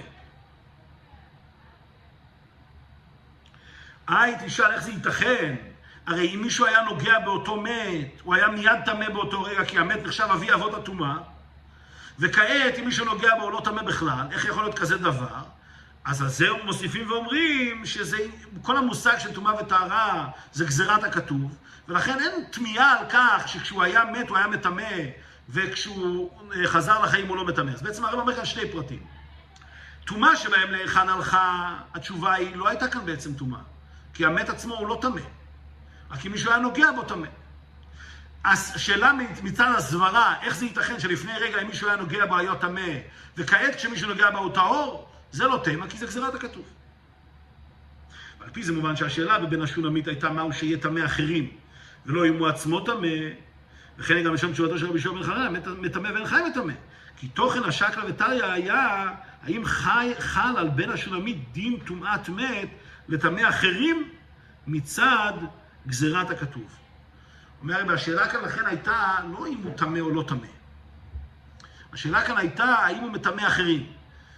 תשאל איך זה ייתכן? הרי אם מישהו היה נוגע באותו מת, הוא היה מיד טמא באותו רגע, כי המת נחשב אבי אבות הטומאה, וכעת אם מישהו נוגע בו הוא לא טמא בכלל, איך יכול להיות כזה דבר? אז על זה מוסיפים ואומרים שזה, כל המושג של טומאה וטהרה זה גזירת הכתוב, ולכן אין תמיהה על כך שכשהוא היה מת הוא היה מטמא, וכשהוא חזר לחיים הוא לא מטמא. אז בעצם הרב אומר כאן שני פרטים. טומאה שבהם להיכן הלכה, התשובה היא לא הייתה כאן בעצם טומאה, כי המת עצמו הוא לא טמא. רק אם מישהו היה נוגע בו טמא. השאלה מצד הסברה, איך זה ייתכן שלפני רגע אם מישהו היה נוגע בו היה טמא, וכעת כשמישהו נוגע בו הוא טהור, זה לא תמה, כי זה גזירת הכתוב. ועל פי זה מובן שהשאלה בבין השולמית הייתה מהו שיהיה טמא אחרים, ולא אם הוא עצמו טמא, וכן גם לשם תשובתו של רבי ישוע בן חנניה, מטמא ואין חי מטמא. כי תוכן השקלא וטריא היה, האם חל על בין השולמית דין טומאת מת לטמא אחרים מצד גזירת הכתוב. אומר, השאלה כאן לכן הייתה לא אם הוא טמא או לא טמא. השאלה כאן הייתה האם הוא מטמא אחרים.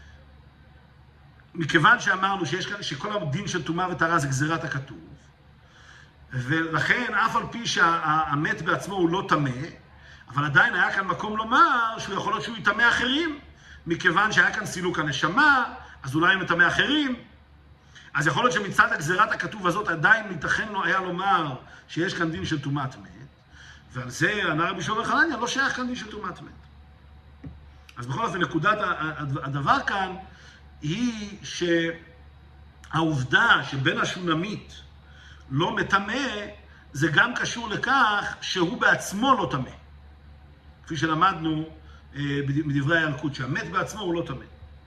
מכיוון שאמרנו שיש כאן, שכל הדין של טומאה וטהרה זה גזירת הכתוב, ולכן אף על פי שהמת בעצמו הוא לא טמא, אבל עדיין היה כאן מקום לומר שהוא יכול להיות שהוא יטמא אחרים, מכיוון שהיה כאן סילוק הנשמה, אז אולי הם מטמא אחרים. אז יכול להיות שמצד הגזירת הכתוב הזאת עדיין ייתכן לו היה לומר שיש כאן דין של טומאת מת, ועל זה ענה רבי ישוע בן חנניה, לא שייך כאן דין של טומאת מת. אז בכל אופן, נקודת הדבר כאן היא שהעובדה שבין השולמית לא מטמא, זה גם קשור לכך שהוא בעצמו לא טמא. כפי שלמדנו מדברי הילקוט, שהמת בעצמו הוא לא טמא.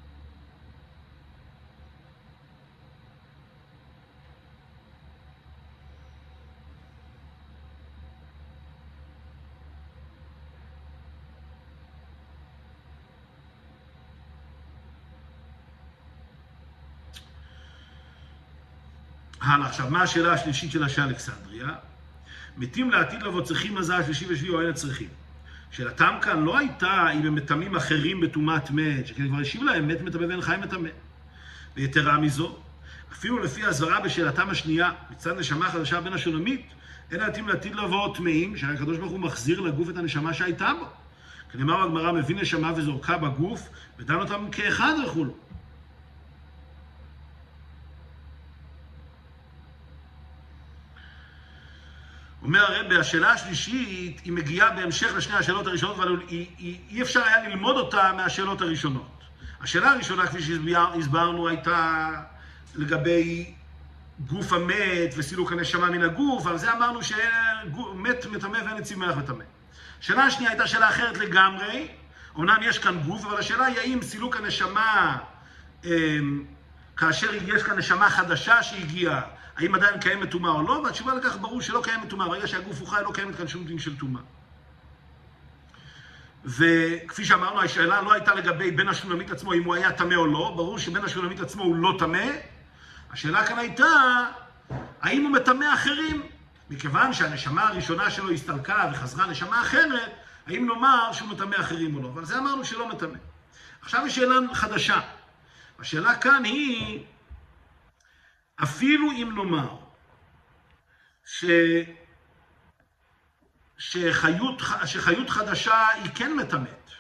הלאה, עכשיו, מה השאלה השלישית של אנשי אלכסנדריה? מתים לעתיד לבוא צריכים מזה השלישי ושביעי או אין הצריכים. שאלתם כאן לא הייתה אם הם מטמאים אחרים בטומאת מת, שכן כבר השיב להם מת מטמא ואין חי מטמא. ויתרה מזו, אפילו לפי הסברה בשאלתם השנייה, מצד נשמה חדשה בין השולמית, אין להתאים לעתיד לבוא טמאים, שהקדוש ברוך הוא מחזיר לגוף את הנשמה שהייתה בו. כנאמר בגמרא, מביא נשמה וזורקה בגוף, ודן אותם כאחד וכולו. אומר הרב, השאלה השלישית היא מגיעה בהמשך לשני השאלות הראשונות, אבל אי אפשר היה ללמוד אותה מהשאלות הראשונות. השאלה הראשונה, כפי שהסברנו, הייתה לגבי גוף המת וסילוק הנשמה מן הגוף, על זה אמרנו שמת מטמא ואין עצים מלח מטמא. השאלה השנייה הייתה שאלה אחרת לגמרי, אמנם יש כאן גוף, אבל השאלה היא האם סילוק הנשמה, כאשר יש כאן נשמה חדשה שהגיעה, האם עדיין קיימת טומאה או לא, והתשובה לכך ברור שלא קיימת טומאה. ברגע שהגוף הוא חי, לא קיימת כאן שום דין של טומאה. וכפי שאמרנו, השאלה לא הייתה לגבי בן השולמית עצמו, אם הוא היה טמא או לא. ברור שבן השולמית עצמו הוא לא טמא. השאלה כאן הייתה, האם הוא מטמא אחרים? מכיוון שהנשמה הראשונה שלו הסתלקה וחזרה נשמה אחרת, האם נאמר שהוא מטמא אחרים או לא? אבל זה אמרנו שלא מטמא. עכשיו יש שאלה חדשה. השאלה כאן היא, אפילו אם נאמר שחיות חדשה היא כן מטמאת,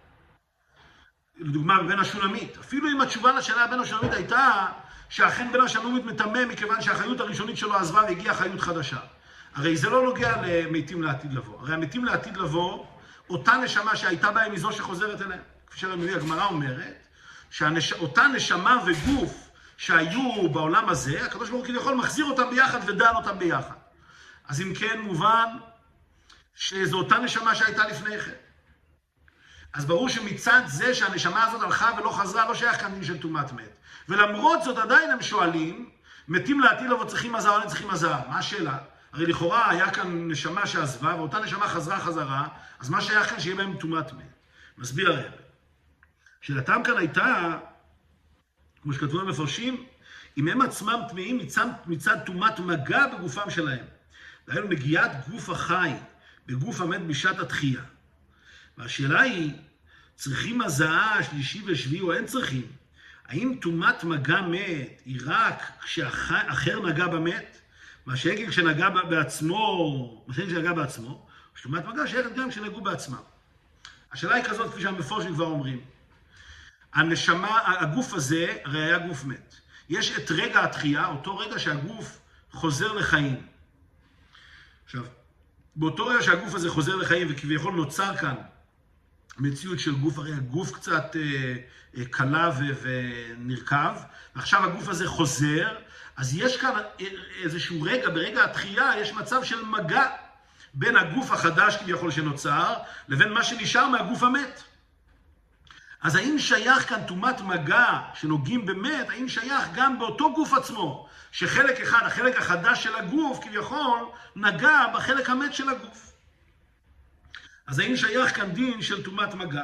לדוגמה בבן השולמית, אפילו אם התשובה לשאלה בבן השולמית הייתה שאכן בן השולמית מטמא מכיוון שהחיות הראשונית שלו עזבה והגיעה חיות חדשה, הרי זה לא נוגע למתים לעתיד לבוא. הרי המתים לעתיד לבוא, אותה נשמה שהייתה בהם היא זו שחוזרת אליהם. כפי שהגמרא אומרת, שאותה נשמה וגוף שהיו בעולם הזה, הקדוש ברוך הוא כביכול מחזיר אותם ביחד ודן אותם ביחד. אז אם כן מובן שזו אותה נשמה שהייתה לפני כן. אז ברור שמצד זה שהנשמה הזאת הלכה ולא חזרה, לא שייך כאן דין של טומאת מת. ולמרות זאת עדיין הם שואלים, מתים לעתיד לבוא צריכים מזל או לא צריכים מזל. מה השאלה? הרי לכאורה היה כאן נשמה שעזבה, ואותה נשמה חזרה חזרה, אז מה שייך כאן שיהיה בהם טומאת מת? מסביר הרב. שאלתם כאן הייתה, כמו שכתבו המפרשים, אם הם עצמם טמאים מצד טומאת מגע בגופם שלהם. דהיינו נגיעת גוף החי בגוף המת בשעת התחייה. והשאלה היא, צריכים הזעה שלישי ושביעי או אין צריכים? האם טומאת מגע מת היא רק כשאחר נגע במת? מה שהגל כשנגע בעצמו, מה שהגל כשנגע בעצמו, או שטומאת מגע שייכת גם כשנגעו בעצמם. השאלה היא כזאת, כפי שהמפורשים כבר אומרים. הנשמה, הגוף הזה, הרי היה גוף מת. יש את רגע התחייה, אותו רגע שהגוף חוזר לחיים. עכשיו, באותו רגע שהגוף הזה חוזר לחיים וכביכול נוצר כאן מציאות של גוף, הרי הגוף קצת קלה ונרכב, ועכשיו הגוף הזה חוזר, אז יש כאן איזשהו רגע, ברגע התחייה יש מצב של מגע בין הגוף החדש כביכול שנוצר, לבין מה שנשאר מהגוף המת. אז האם שייך כאן טומאת מגע שנוגעים במת, האם שייך גם באותו גוף עצמו, שחלק אחד, החלק החדש של הגוף כביכול, נגע בחלק המת של הגוף. אז האם שייך כאן דין של טומאת מגע?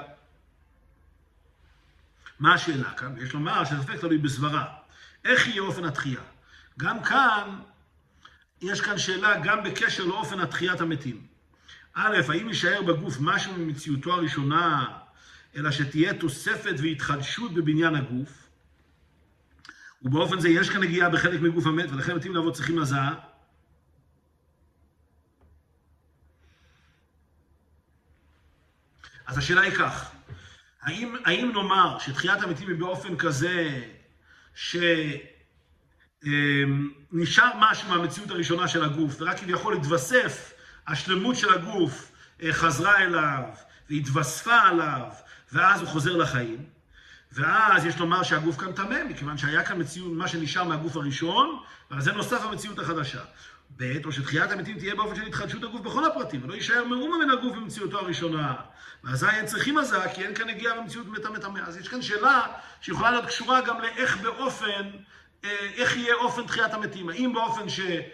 מה השאלה כאן? יש לומר שספק תלוי בסברה. איך יהיה אופן התחייה? גם כאן, יש כאן שאלה גם בקשר לאופן התחיית המתים. א', האם יישאר בגוף משהו ממציאותו הראשונה, אלא שתהיה תוספת והתחדשות בבניין הגוף, ובאופן זה יש כאן נגיעה בחלק מגוף המת, ולכן מתים לעבוד צריכים הזעה. אז השאלה היא כך, האם נאמר שתחיית המתים היא באופן כזה שנשאר משהו מהמציאות הראשונה של הגוף, ורק כביכול להתווסף, השלמות של הגוף חזרה אליו, והתווספה עליו, ואז הוא חוזר לחיים, ואז יש לומר שהגוף כאן טמא, מכיוון שהיה כאן מציאות, מה שנשאר מהגוף הראשון, ועל זה נוסף המציאות החדשה. ב' או שתחיית המתים תהיה באופן של התחדשות הגוף בכל הפרטים, ולא יישאר מאומה מן הגוף במציאותו הראשונה. ואזי אין צריכים הזעה, כי אין כאן נגיעה במציאות מטמא. אז יש כאן שאלה שיכולה להיות קשורה גם לאיך איך יהיה אופן תחיית המתים. האם באופן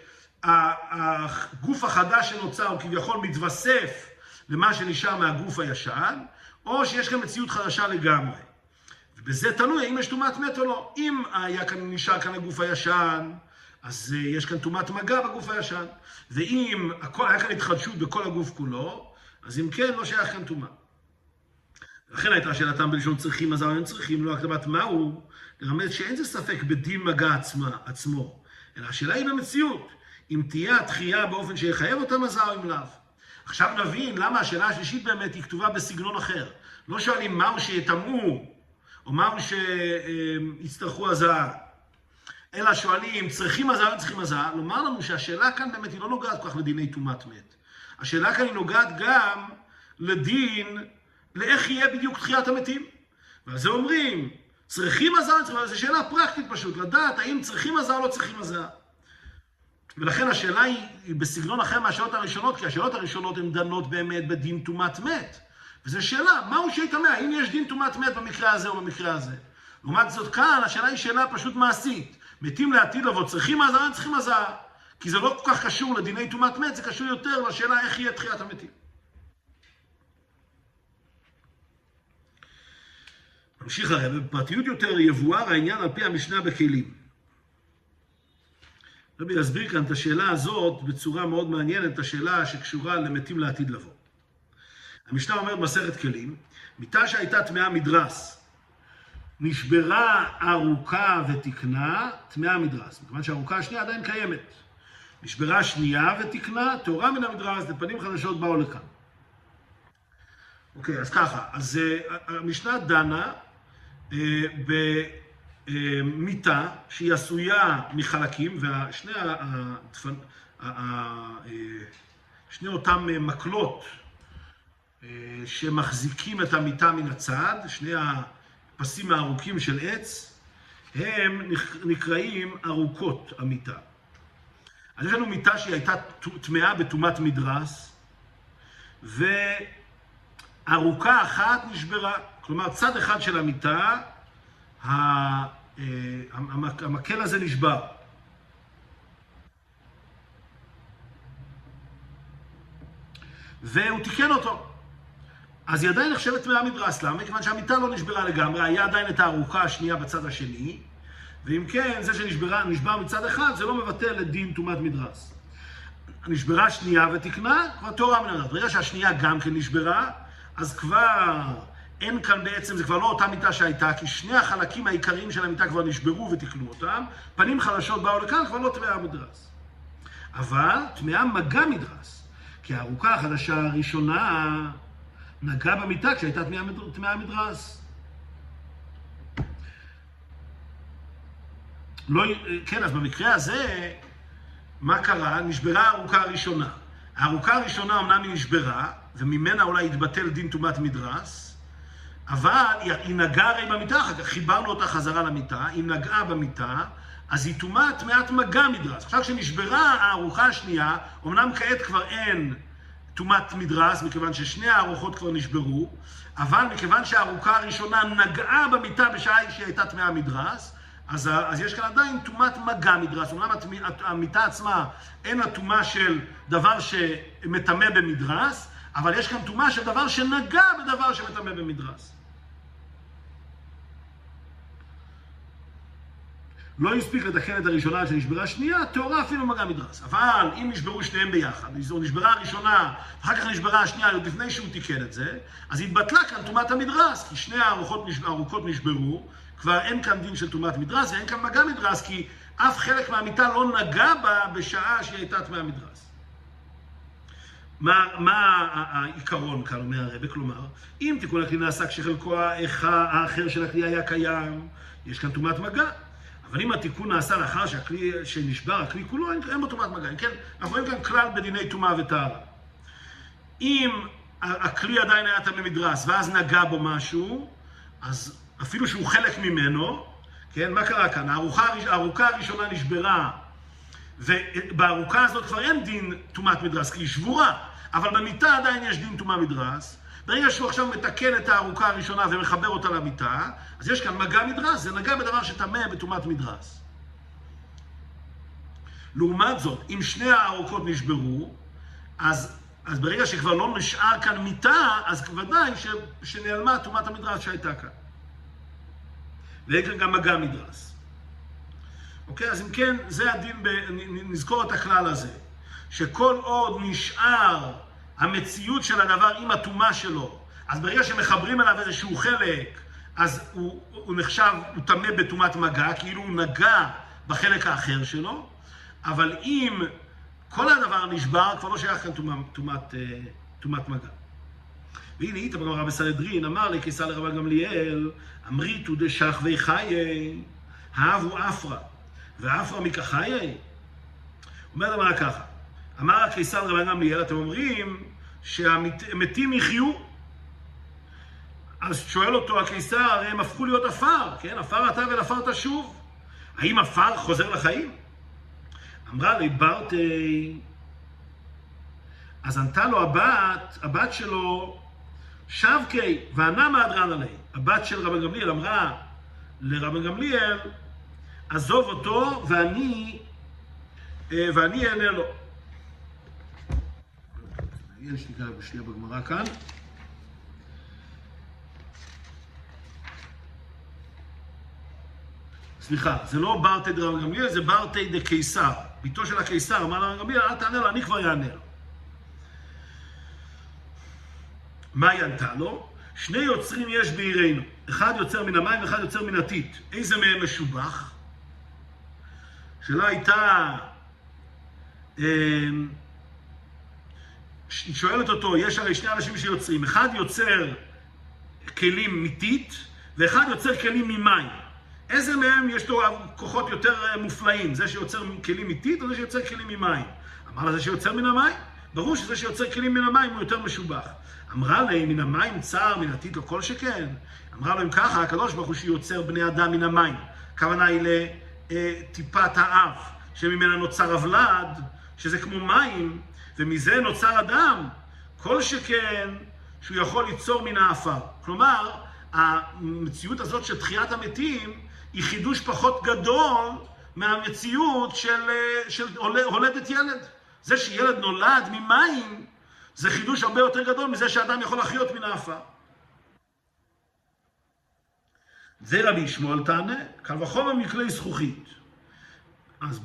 שהגוף החדש שנוצר הוא כביכול מתווסף למה שנשאר מהגוף הישן, או שיש כאן מציאות חדשה לגמרי. ובזה תלוי האם יש טומאת מת או לא. אם נשאר כאן הגוף הישן, אז יש כאן טומאת מגע בגוף הישן. ואם היה כאן התחדשות בכל הגוף כולו, אז אם כן, לא שייך כאן טומאה. לכן הייתה שאלתם בלשון צריכים, אז הם צריכים, לא הקדמת מהו, לרמז שאין זה ספק בדין מגע עצמו. אלא השאלה היא במציאות, אם תהיה התחייה באופן שיחייב אותם הזר או אם לאו. עכשיו נבין למה השאלה השלישית באמת היא כתובה בסגנון אחר. לא שואלים מהו שיתאמו, או מהו שיצטרכו הזר. אלא שואלים, צריכים הזר או צריכים הזר? לומר לנו שהשאלה כאן באמת היא לא נוגעת כל כך לדיני טומאת מת. השאלה כאן היא נוגעת גם לדין, לאיך יהיה בדיוק תחיית המתים. ועל זה אומרים, צריכים הזר או צריכים הזר? זו שאלה פרקטית פשוט, לדעת האם צריכים הזר או לא צריכים הזר. ולכן השאלה היא בסגנון אחר מהשאלות הראשונות, כי השאלות הראשונות הן דנות באמת בדין טומאת מת. וזו שאלה, מהו שיתאמה? האם יש דין טומאת מת במקרה הזה או במקרה הזה? לעומת זאת כאן, השאלה היא שאלה פשוט מעשית. מתים לעתיד לבוא, צריכים הזעה, צריכים הזעה. כי זה לא כל כך קשור לדיני טומאת מת, זה קשור יותר לשאלה איך יהיה תחיית המתים. ממשיך הרב, בפרטיות יותר יבואר העניין על פי המשנה בכלים. רבי יסביר כאן את השאלה הזאת בצורה מאוד מעניינת, השאלה שקשורה למתים לעתיד לבוא. המשנה אומרת במסכת כלים, מיטה שהייתה טמאה מדרס, נשברה ארוכה ותקנה, טמאה מדרס. מכיוון שהארוכה השנייה עדיין קיימת. נשברה שנייה ותקנה, טהורה מן המדרס, לפנים חדשות באו לכאן. אוקיי, אז ככה, אז המשנה דנה במיטה שהיא עשויה מחלקים, שני אותם מקלות שמחזיקים את המיטה מן הצד, שני הפסים הארוכים של עץ, הם נקראים ארוכות המיטה. אז יש לנו מיטה שהיא הייתה טמאה בטומאת מדרס, וארוכה אחת נשברה. כלומר, צד אחד של המיטה, המקל הזה נשבר. והוא תיקן אותו. אז היא עדיין נחשבת טמאה מדרס. למה? כיוון שהמיטה לא נשברה לגמרי, היה עדיין את הארוכה השנייה בצד השני, ואם כן, זה שנשבר מצד אחד, זה לא מבטל את דין טומאת מדרס. נשברה שנייה ותקנה, כבר טהורה מן המדרס. ברגע שהשנייה גם כן נשברה, אז כבר אין כאן בעצם, זה כבר לא אותה מיטה שהייתה, כי שני החלקים העיקריים של המיטה כבר נשברו ותקנו אותם, פנים חלשות באו לכאן, כבר לא טמאה מדרס. אבל טמאה מגע מדרס, כי הארוכה החדשה הראשונה נגעה במיטה כשהייתה טמאה מדרס. לא, כן, אז במקרה הזה, מה קרה? נשברה הארוכה הראשונה. הארוכה הראשונה אמנם היא נשברה, וממנה אולי התבטל דין טומאת מדרס, אבל היא נגעה הרי במיטה, אחר כך חיברנו אותה חזרה למיטה, היא נגעה במיטה, אז היא טמאת מגע מדרס. עכשיו כשנשברה הארוכה השנייה, אמנם כעת כבר אין טומאת מדרס, מכיוון ששני הארוחות כבר נשברו, אבל מכיוון שהארוכה הראשונה נגעה במיטה בשעה שהיא הייתה טמאה מדרס, אז יש כאן עדיין טומאת מגע מדרס. אומנם המיטה עצמה אין לה טומאה של דבר שמטמא במדרס, אבל יש כאן טומאה של דבר שנגע בדבר שמטמא במדרס. לא יספיק לתקן את הראשונה שנשברה שנייה, טהורה אפילו מגע מדרס. אבל אם נשברו שניהם ביחד, או נשברה הראשונה, אחר כך נשברה השנייה, עוד לפני שהוא תיקן את זה, אז התבטלה כאן טומאת המדרס, כי שני הארוכות נשברו, כבר אין כאן דין של טומאת מדרס, ואין כאן מגע מדרס, כי אף חלק מהמיטה לא נגע בה בשעה שהיא הייתה טמאה מדרס. מה העיקרון כאן אומר הרב? כלומר, אם תיקון הכלי נעשה כשחלקו האחר של הכלי היה קיים, יש כאן טומאת מגע. אבל אם התיקון נעשה לאחר שהכלי שנשבר, הכלי כולו, אין בו טומאת מגע. כן? אנחנו רואים כאן כלל בדיני טומאה וטהרה. אם הכלי עדיין היה טמא מדרס, ואז נגע בו משהו, אז אפילו שהוא חלק ממנו, כן? מה קרה כאן? הארוכה הראשונה נשברה, ובארוכה הזאת כבר אין דין טומאת מדרס, כי היא שבורה, אבל במיטה עדיין יש דין טומאה מדרס. ברגע שהוא עכשיו מתקן את הארוכה הראשונה ומחבר אותה למיטה, אז יש כאן מגע מדרס, זה נגע בדבר שטמא בטומאת מדרס. לעומת זאת, אם שני הארוכות נשברו, אז ברגע שכבר לא נשאר כאן מיטה, אז ודאי שנעלמה טומאת המדרס שהייתה כאן. ויש כאן גם מגע מדרס. אוקיי, אז אם כן, זה הדין, נזכור את הכלל הזה, שכל עוד נשאר המציאות של הדבר עם הטומאה שלו, אז ברגע שמחברים אליו איזשהו חלק, אז הוא נחשב, הוא טמא בטומאת מגע, כאילו הוא נגע בחלק האחר שלו, אבל אם כל הדבר נשבר, כבר לא שייך כאן טומאת מגע. והנה, איתה בגמרא בסנהדרין, אמר לי קיסר לרבן גמליאל, אמריתו דשחווי חיי, האבו אפרה, ואפרה מכחיי. אומר דבר ככה, אמר הקיסר לרבן גמליאל, אתם אומרים שהמתים יחיו, אז שואל אותו הקיסר, הרי הם הפכו להיות אפר, כן? אפר אתה ולפר תשוב. האם אפר חוזר לחיים? אמרה לי, ברתי. אז ענתה לו הבת שלו, שבקי, וענה מהדרן עלי. הבת של רבן גמליאל אמרה לרבן גמליאל, עזוב אותו ואני אענה לו. יש לי כאן בשנייה בגמרא כאן. סליחה, זה לא ברטי דרב גמליאל, זה ברטי דקיסר. ביתו של הקיסר, אמר לרב גמליאל, אל תענה לו, אני כבר יענה לו. מה היא ענתה לו? שני יוצרים יש בעירנו. אחד יוצר מן המים ואחד יוצר מן הטיט. איזה מהם משובח? שלא הייתה... שואלת אותו, יש הרי שני אנשים שיוצרים. אחד יוצר כלים מטיט, ואחד יוצר כלים ממים. איזה מהם יש לו כוחות יותר מופלאים? זה שיוצר כלים מטיט או זה שיוצר כלים ממים? אמר לה, זה שיוצר מן המים? ברור שזה שיוצר כלים מן המים הוא יותר משובח. אמרה להם, מן המים צר, מן הטיט לא כל שכן. אמרה להם ככה, הקדוש ברוך הוא שיוצר בני אדם מן המים. הכוונה היא לטיפת האף, שממנה נוצר הוולד, שזה כמו מים, ומזה נוצר אדם. כל שכן שהוא יכול ליצור מן האפר. כלומר, המציאות הזאת של תחיית המתים היא חידוש פחות גדול מהמציאות של הולדת ילד. זה שילד נולד ממים, זה חידוש הרבה יותר גדול מזה שאדם יכול לחיות מן האפר. זה רבי ישמעאל תענה, קל וחומר מכלי זכוכית. אז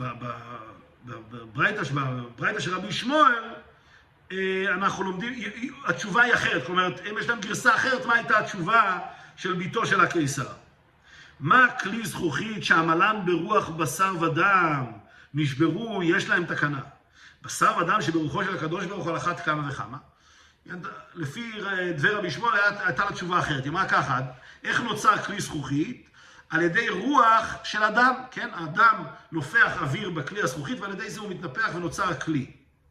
בברייתא של רבי ישמעאל, אנחנו לומדים, התשובה היא אחרת. כלומר, אם יש להם גרסה אחרת, מה הייתה התשובה של ביתו של הקיסר? מה כלי זכוכית שעמלן ברוח בשר ודם נשברו, יש להם תקנה. בשר ודם שברוחו של הקדוש ברוך הוא על אחת כמה וכמה. לפי דבר רבי ישמעאל הייתה לה תשובה אחרת. היא אמרה ככה, איך נוצר כלי זכוכית? על ידי רוח של אדם, כן? האדם נופח אוויר בכלי הזכוכית, ועל ידי זה הוא מתנפח ונוצר הכלי.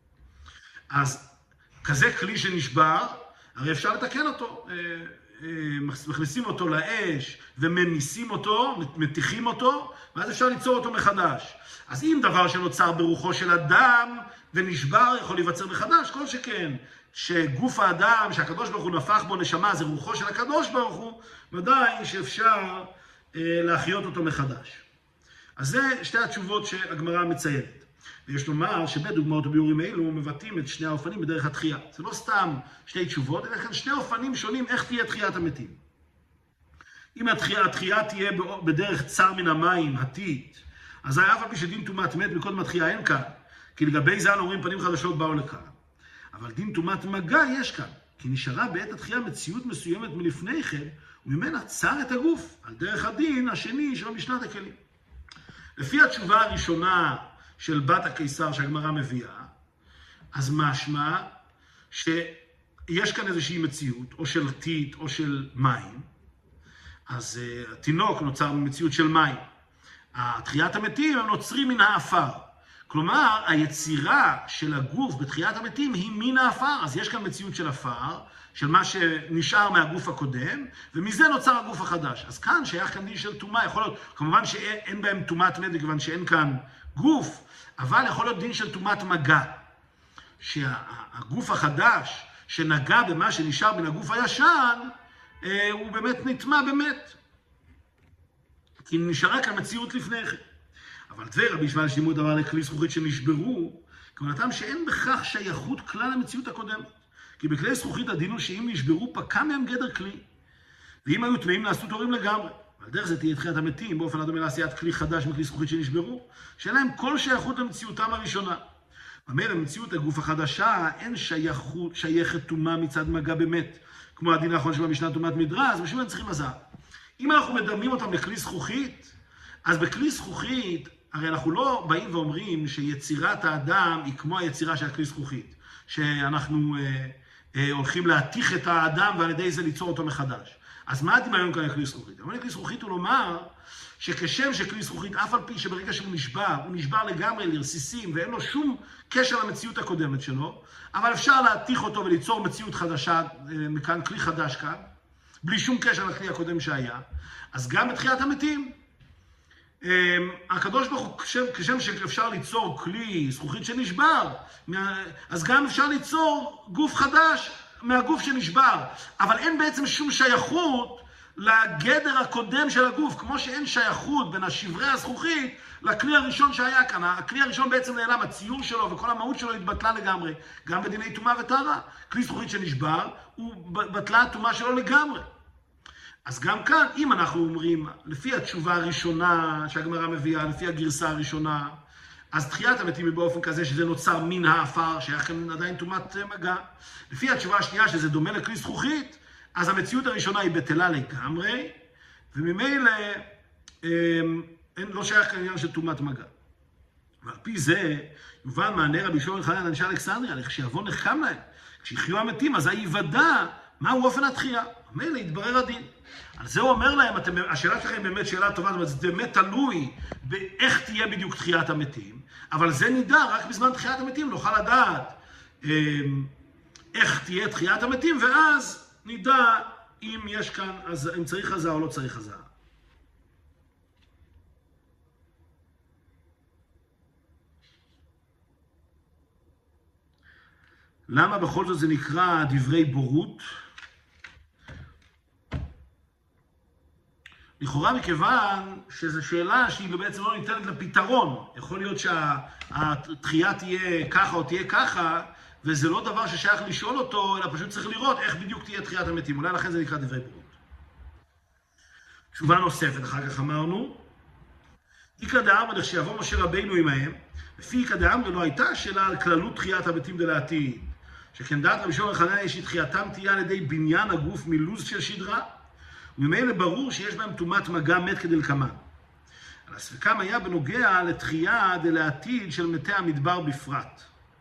אז כזה כלי שנשבר, הרי אפשר לתקן אותו. מכניסים אותו לאש וממיסים אותו, מתיחים אותו, ואז אפשר ליצור אותו מחדש. אז אם דבר שנוצר ברוחו של אדם ונשבר יכול להיווצר מחדש, כל שכן שגוף האדם, שהקדוש ברוך הוא נפח בו נשמה, זה רוחו של הקדוש ברוך הוא, ודאי שאפשר להחיות אותו מחדש. אז זה שתי התשובות שהגמרא מציינת. ויש לומר שבדוגמאות וביאורים האלו מבטאים את שני האופנים בדרך התחייה. זה לא סתם שתי תשובות, אלא כאן שני אופנים שונים איך תהיה תחיית המתים. אם התחייה תהיה בדרך צר מן המים, הטיט, אז אף על פי שדין טומאת מת מקודם התחייה אין כאן, כי לגבי זה אנו אומרים פנים חדשות באו לכאן. אבל דין טומאת מגע יש כאן, כי נשארה בעת התחייה מציאות מסוימת מלפני כן, וממנה צר את הגוף, על דרך הדין השני של משנת הכלים. לפי התשובה הראשונה של בת הקיסר שהגמרא מביאה, אז משמע שיש כאן איזושהי מציאות, או של טיט או של מים, אז התינוק נוצר במציאות של מים. התחיית המתים הם נוצרים מן האפר. כלומר, היצירה של הגוף בתחיית המתים היא מן האפר. אז יש כאן מציאות של אפר, של מה שנשאר מהגוף הקודם, ומזה נוצר הגוף החדש. אז כאן שייך כאן דין של טומאה, יכול להיות, כמובן שאין בהם טומאת מת, כיוון שאין כאן גוף, אבל יכול להיות דין של טומאת מגע. שהגוף החדש שנגע במה שנשאר מן הגוף הישן, הוא באמת נטמע באמת. כי נשארה כאן מציאות לפני כן. אבל דבר רבי ישמעאל שלימוד דבר לכלי זכוכית שנשברו, כוונתם שאין בכך שייכות כלל למציאות הקודמת. כי בכלי זכוכית הדין הוא שאם נשברו פקע מהם גדר כלי. ואם היו טמאים נעשו טהורים לגמרי. על דרך זה תהיה תחיית המתים, באופן הדומה לעשיית כלי חדש מכלי זכוכית שנשברו, שאין להם כל שייכות למציאותם הראשונה. במה למציאות הגוף החדשה אין שייכת טומאה מצד מגע באמת, כמו הדין האחרון שבמשנה טומאת מדרש, ושוב הם צריכים מזל. אם אנחנו מדמים אותם לכלי זכוכית, אז בכלי זכוכית, הרי אנחנו לא באים ואומרים שיצירת האדם היא כמו היצירה של הכלי זכוכית, שאנחנו הולכים להתיך את האדם ועל ידי זה ליצור אותו מחדש. אז מה הדמיון כאן לכלי זכוכית? אבל לכלי זכוכית הוא לומר שכשם שכלי זכוכית, אף על פי שברגע שהוא נשבר לגמרי לרסיסים ואין לו שום קשר למציאות הקודמת שלו, אבל אפשר להתיך אותו וליצור מציאות חדשה, מכאן כלי חדש כאן, בלי שום קשר לכלי הקודם שהיה. אז גם בתחיית המתים, הקדוש ברוך הוא, כשם שאפשר ליצור כלי זכוכית שנשבר, אז גם אפשר ליצור גוף חדש מהגוף שנשבר. אבל אין בעצם שום שייכות לגדר הקודם של הגוף, כמו שאין שייכות בין השברי הזכוכית לכלי הראשון שהיה כאן. הכלי הראשון בעצם נעלם, הציור שלו וכל המהות שלו התבטלה לגמרי. גם בדיני טומאה וטהרה. כלי זכוכית שנשבר, הוא בטלה הטומאה שלו לגמרי. אז גם כאן, אם אנחנו אומרים, לפי התשובה הראשונה שהגמרא מביאה, לפי הגרסה הראשונה, אז תחיית המתים היא באופן כזה שזה נוצר מן האפר, שייך כאן עדיין טומאת מגע. לפי התשובה השנייה, שזה דומה לכלי זכוכית, אז המציאות הראשונה היא בטלה לגמרי, וממילא לא שייך כאן עניין של טומאת מגע. ועל פי זה, יובן מענה רבי שמעון חנניה אנשי אלכסנדריה, לכשיבוא נחכם להם. כשיחיו המתים, אז היוודע מהו אופן התחייה. ממילא יתברר הדין. על זה הוא אומר להם, השאלה שלכם באמת שאלה טובה, זאת אומרת, זה באמת תלוי באיך תהיה בדיוק תחיית המתים, אבל זה נדע רק בזמן תחיית המתים, נוכל לדעת איך תהיה תחיית המתים, ואז נדע אם יש כאן, אם צריך חזה או לא צריך חזה. למה בכל זאת זה נקרא דברי בורות? לכאורה מכיוון שזו שאלה שהיא בעצם לא ניתנת לפתרון. יכול להיות שהתחייה תהיה ככה או תהיה ככה, וזה לא דבר ששייך לשאול אותו, אלא פשוט צריך לראות איך בדיוק תהיה תחיית המתים. אולי לכן זה נקרא דברי בורות. תשובה נוספת, אחר כך אמרנו, איקרא דאמרא לכשיבוא משה רבינו עמהם, לפי איקרא דאמרא לא הייתה שאלה על כללות תחיית המתים דלעתיד, שכן דעת רבי שמעון חנניה שתחייתם תהיה על ידי בניין הגוף מלוז של שדרה, וממילא ברור שיש בהם טומאת מגע מת כדלקמן. על הספקם היה בנוגע לתחייה דלעתיד של מתי המדבר בפרט.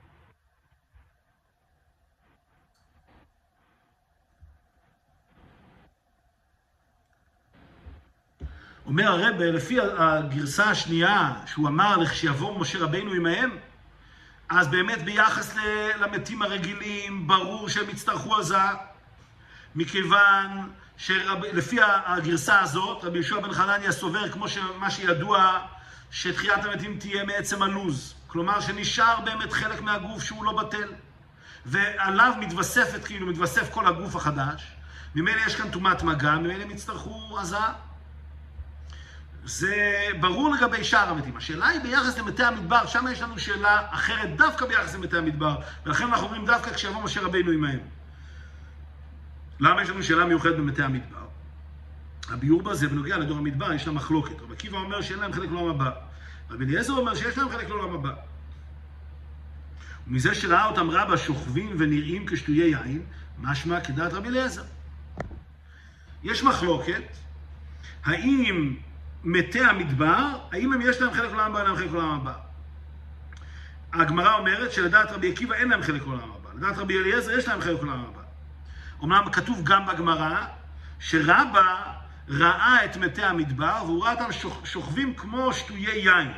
אומר הרב, לפי הגרסה השנייה, שהוא אמר לכשיבוא משה רבינו עמהם, אז באמת ביחס למתים הרגילים, ברור שהם יצטרכו עזה, מכיוון שלפי הגרסה הזאת, רבי יהושע בן חנניה סובר כמו מה שידוע, שתחיית המתים תהיה מעצם הלוז. כלומר שנשאר באמת חלק מהגוף שהוא לא בטל, ועליו מתווסף כל הגוף החדש, ממילא יש כאן טומאת מגע, ממילא הם יצטרכו עזה. זה ברור לגבי שאר המתים. השאלה היא ביחס למתי המדבר, שם יש לנו שאלה אחרת דווקא ביחס למתי המדבר, ולכן אנחנו אומרים דווקא כשיבוא משה רבינו עמהם. למה יש לנו שאלה מיוחדת במתי המדבר? הביאור בזה בנוגע לדור המדבר יש לה מחלוקת. רבי עקיבא אומר שאין להם חלק לעולם הבא. רבי אליעזר אומר שיש להם חלק לעולם הבא. ומזה שראה אותם רבא שוכבים ונראים כשטויי יין, משמע כדעת רבי אליעזר. יש מחלוקת, האם מתי המדבר, האם יש להם חלק לעולם הבא, אין להם חלק לעולם הבא. הגמרא אומרת שלדעת רבי עקיבא אין להם חלק לעולם הבא. לדעת רבי אליעזר יש להם חלק לעולם הבא. אומנם כתוב גם בגמרא שרבא ראה את מתי המדבר והוא ראה אותם שוכבים כמו שטויי יין.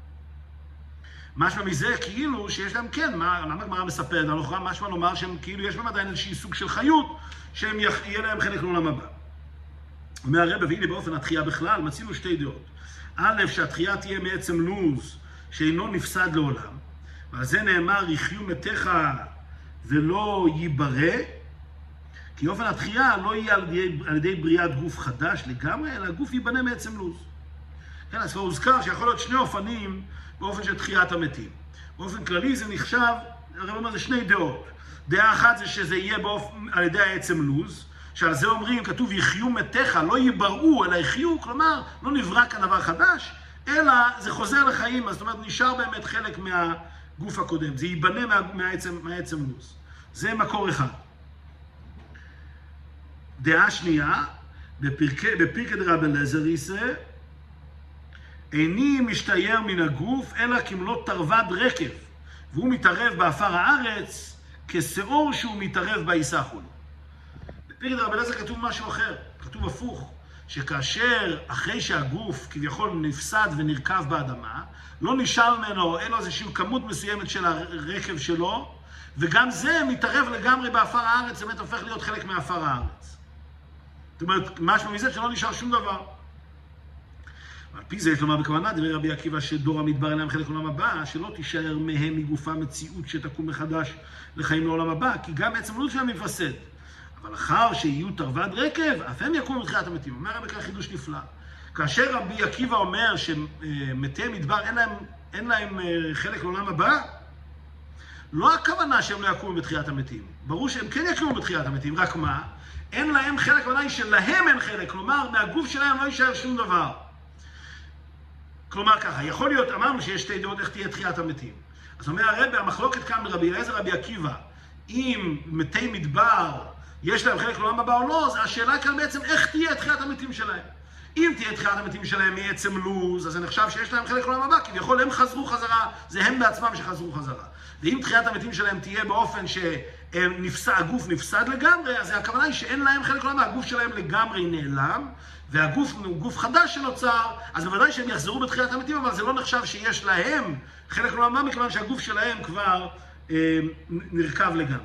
משמע מזה כאילו שיש להם כן, למה הגמרא מספרת? משמע לומר שהם כאילו יש להם עדיין איזושהי סוג של חיות שהם יהיה להם חלק לעולם הבא. אומר הרב, והנה באופן התחייה בכלל, מצינו שתי דעות. א', שהתחייה תהיה מעצם לוז שאינו נפסד לעולם, ועל זה נאמר, יחיו מתיך ולא ייברא, כי אופן התחייה לא יהיה על ידי בריאת גוף חדש לגמרי, אלא הגוף ייבנה מעצם לוז. כן, אז כבר הוזכר שיכול להיות שני אופנים באופן של תחיית המתים. באופן כללי זה נחשב, הרב אומר, זה שני דעות. דעה אחת זה שזה יהיה על ידי העצם לוז, שעל זה אומרים, כתוב יחיו מתיך, לא ייבראו, אלא יחיו, כלומר, לא נברא כאן דבר חדש, אלא זה חוזר לחיים, זאת אומרת, נשאר באמת חלק מהגוף הקודם, זה ייבנה מהעצם לוז. זה מקור אחד. דעה שנייה, בפרקי דרבי אליעזר איסא, איני משתייר מן הגוף, אלא כמלוא תרווד רקב, והוא מתערב באפר הארץ, כשאור שהוא מתערב בעיסחול. בפרקי דרבי אליעזר כתוב משהו אחר, כתוב הפוך, שכאשר אחרי שהגוף כביכול נפסד ונרכב באדמה, לא נשאר ממנו אלא איזושהי כמות מסוימת של הרקב שלו, וגם זה מתערב לגמרי באפר הארץ, זה באמת הופך להיות חלק מאפר הארץ. זאת אומרת, משהו מזה שלא נשאר שום דבר. ועל פי זה יש לומר בכוונה, דברי רבי עקיבא שדור המדבר אין להם חלק לעולם הבא, שלא תישאר מהם מגופה מציאות שתקום מחדש לחיים לעולם הבא, כי גם עצם לוז שלהם יפסד. אבל אחר שיהיו תרווד רקב, אף הם יקומו בתחיית המתים. אומר רבי כאן חידוש נפלא. כאשר רבי עקיבא אומר שמתי מדבר אין להם חלק לעולם הבא, לא הכוונה שהם לא יקומו בתחיית המתים. ברור שהם כן יקומו בתחיית המתים, רק מה? אין להם חלק, הכוונה היא שלהם אין חלק, כלומר מהגוף שלהם לא יישאר שום דבר. כלומר ככה, יכול להיות, אמרנו שיש שתי דעות איך תהיה תחיית המתים. אז אומר הרבי, המחלוקת כאן ברבי אליעזר רבי עקיבא, אם מתי מדבר יש להם חלק לעולם הבא או לא, אז השאלה כאן בעצם איך תהיה תחיית המתים שלהם. אם תהיה תחיית המתים שלהם מעצם לוז, אז זה נחשב שיש להם חלק לעולם הבא, כביכול הם חזרו חזרה, זה הם בעצמם שחזרו חזרה. ואם תחיית המתים שלהם תהיה באופן שהגוף נפסד לגמרי, אז הכוונה היא שאין להם חלק לעולם הבא, הגוף שלהם לגמרי נעלם, והגוף הוא גוף חדש שנוצר, אז בוודאי שהם יחזרו בתחיית המתים, אבל זה לא נחשב שיש להם חלק לעולם הבא, מכיוון שהגוף שלהם כבר נרכב לגמרי.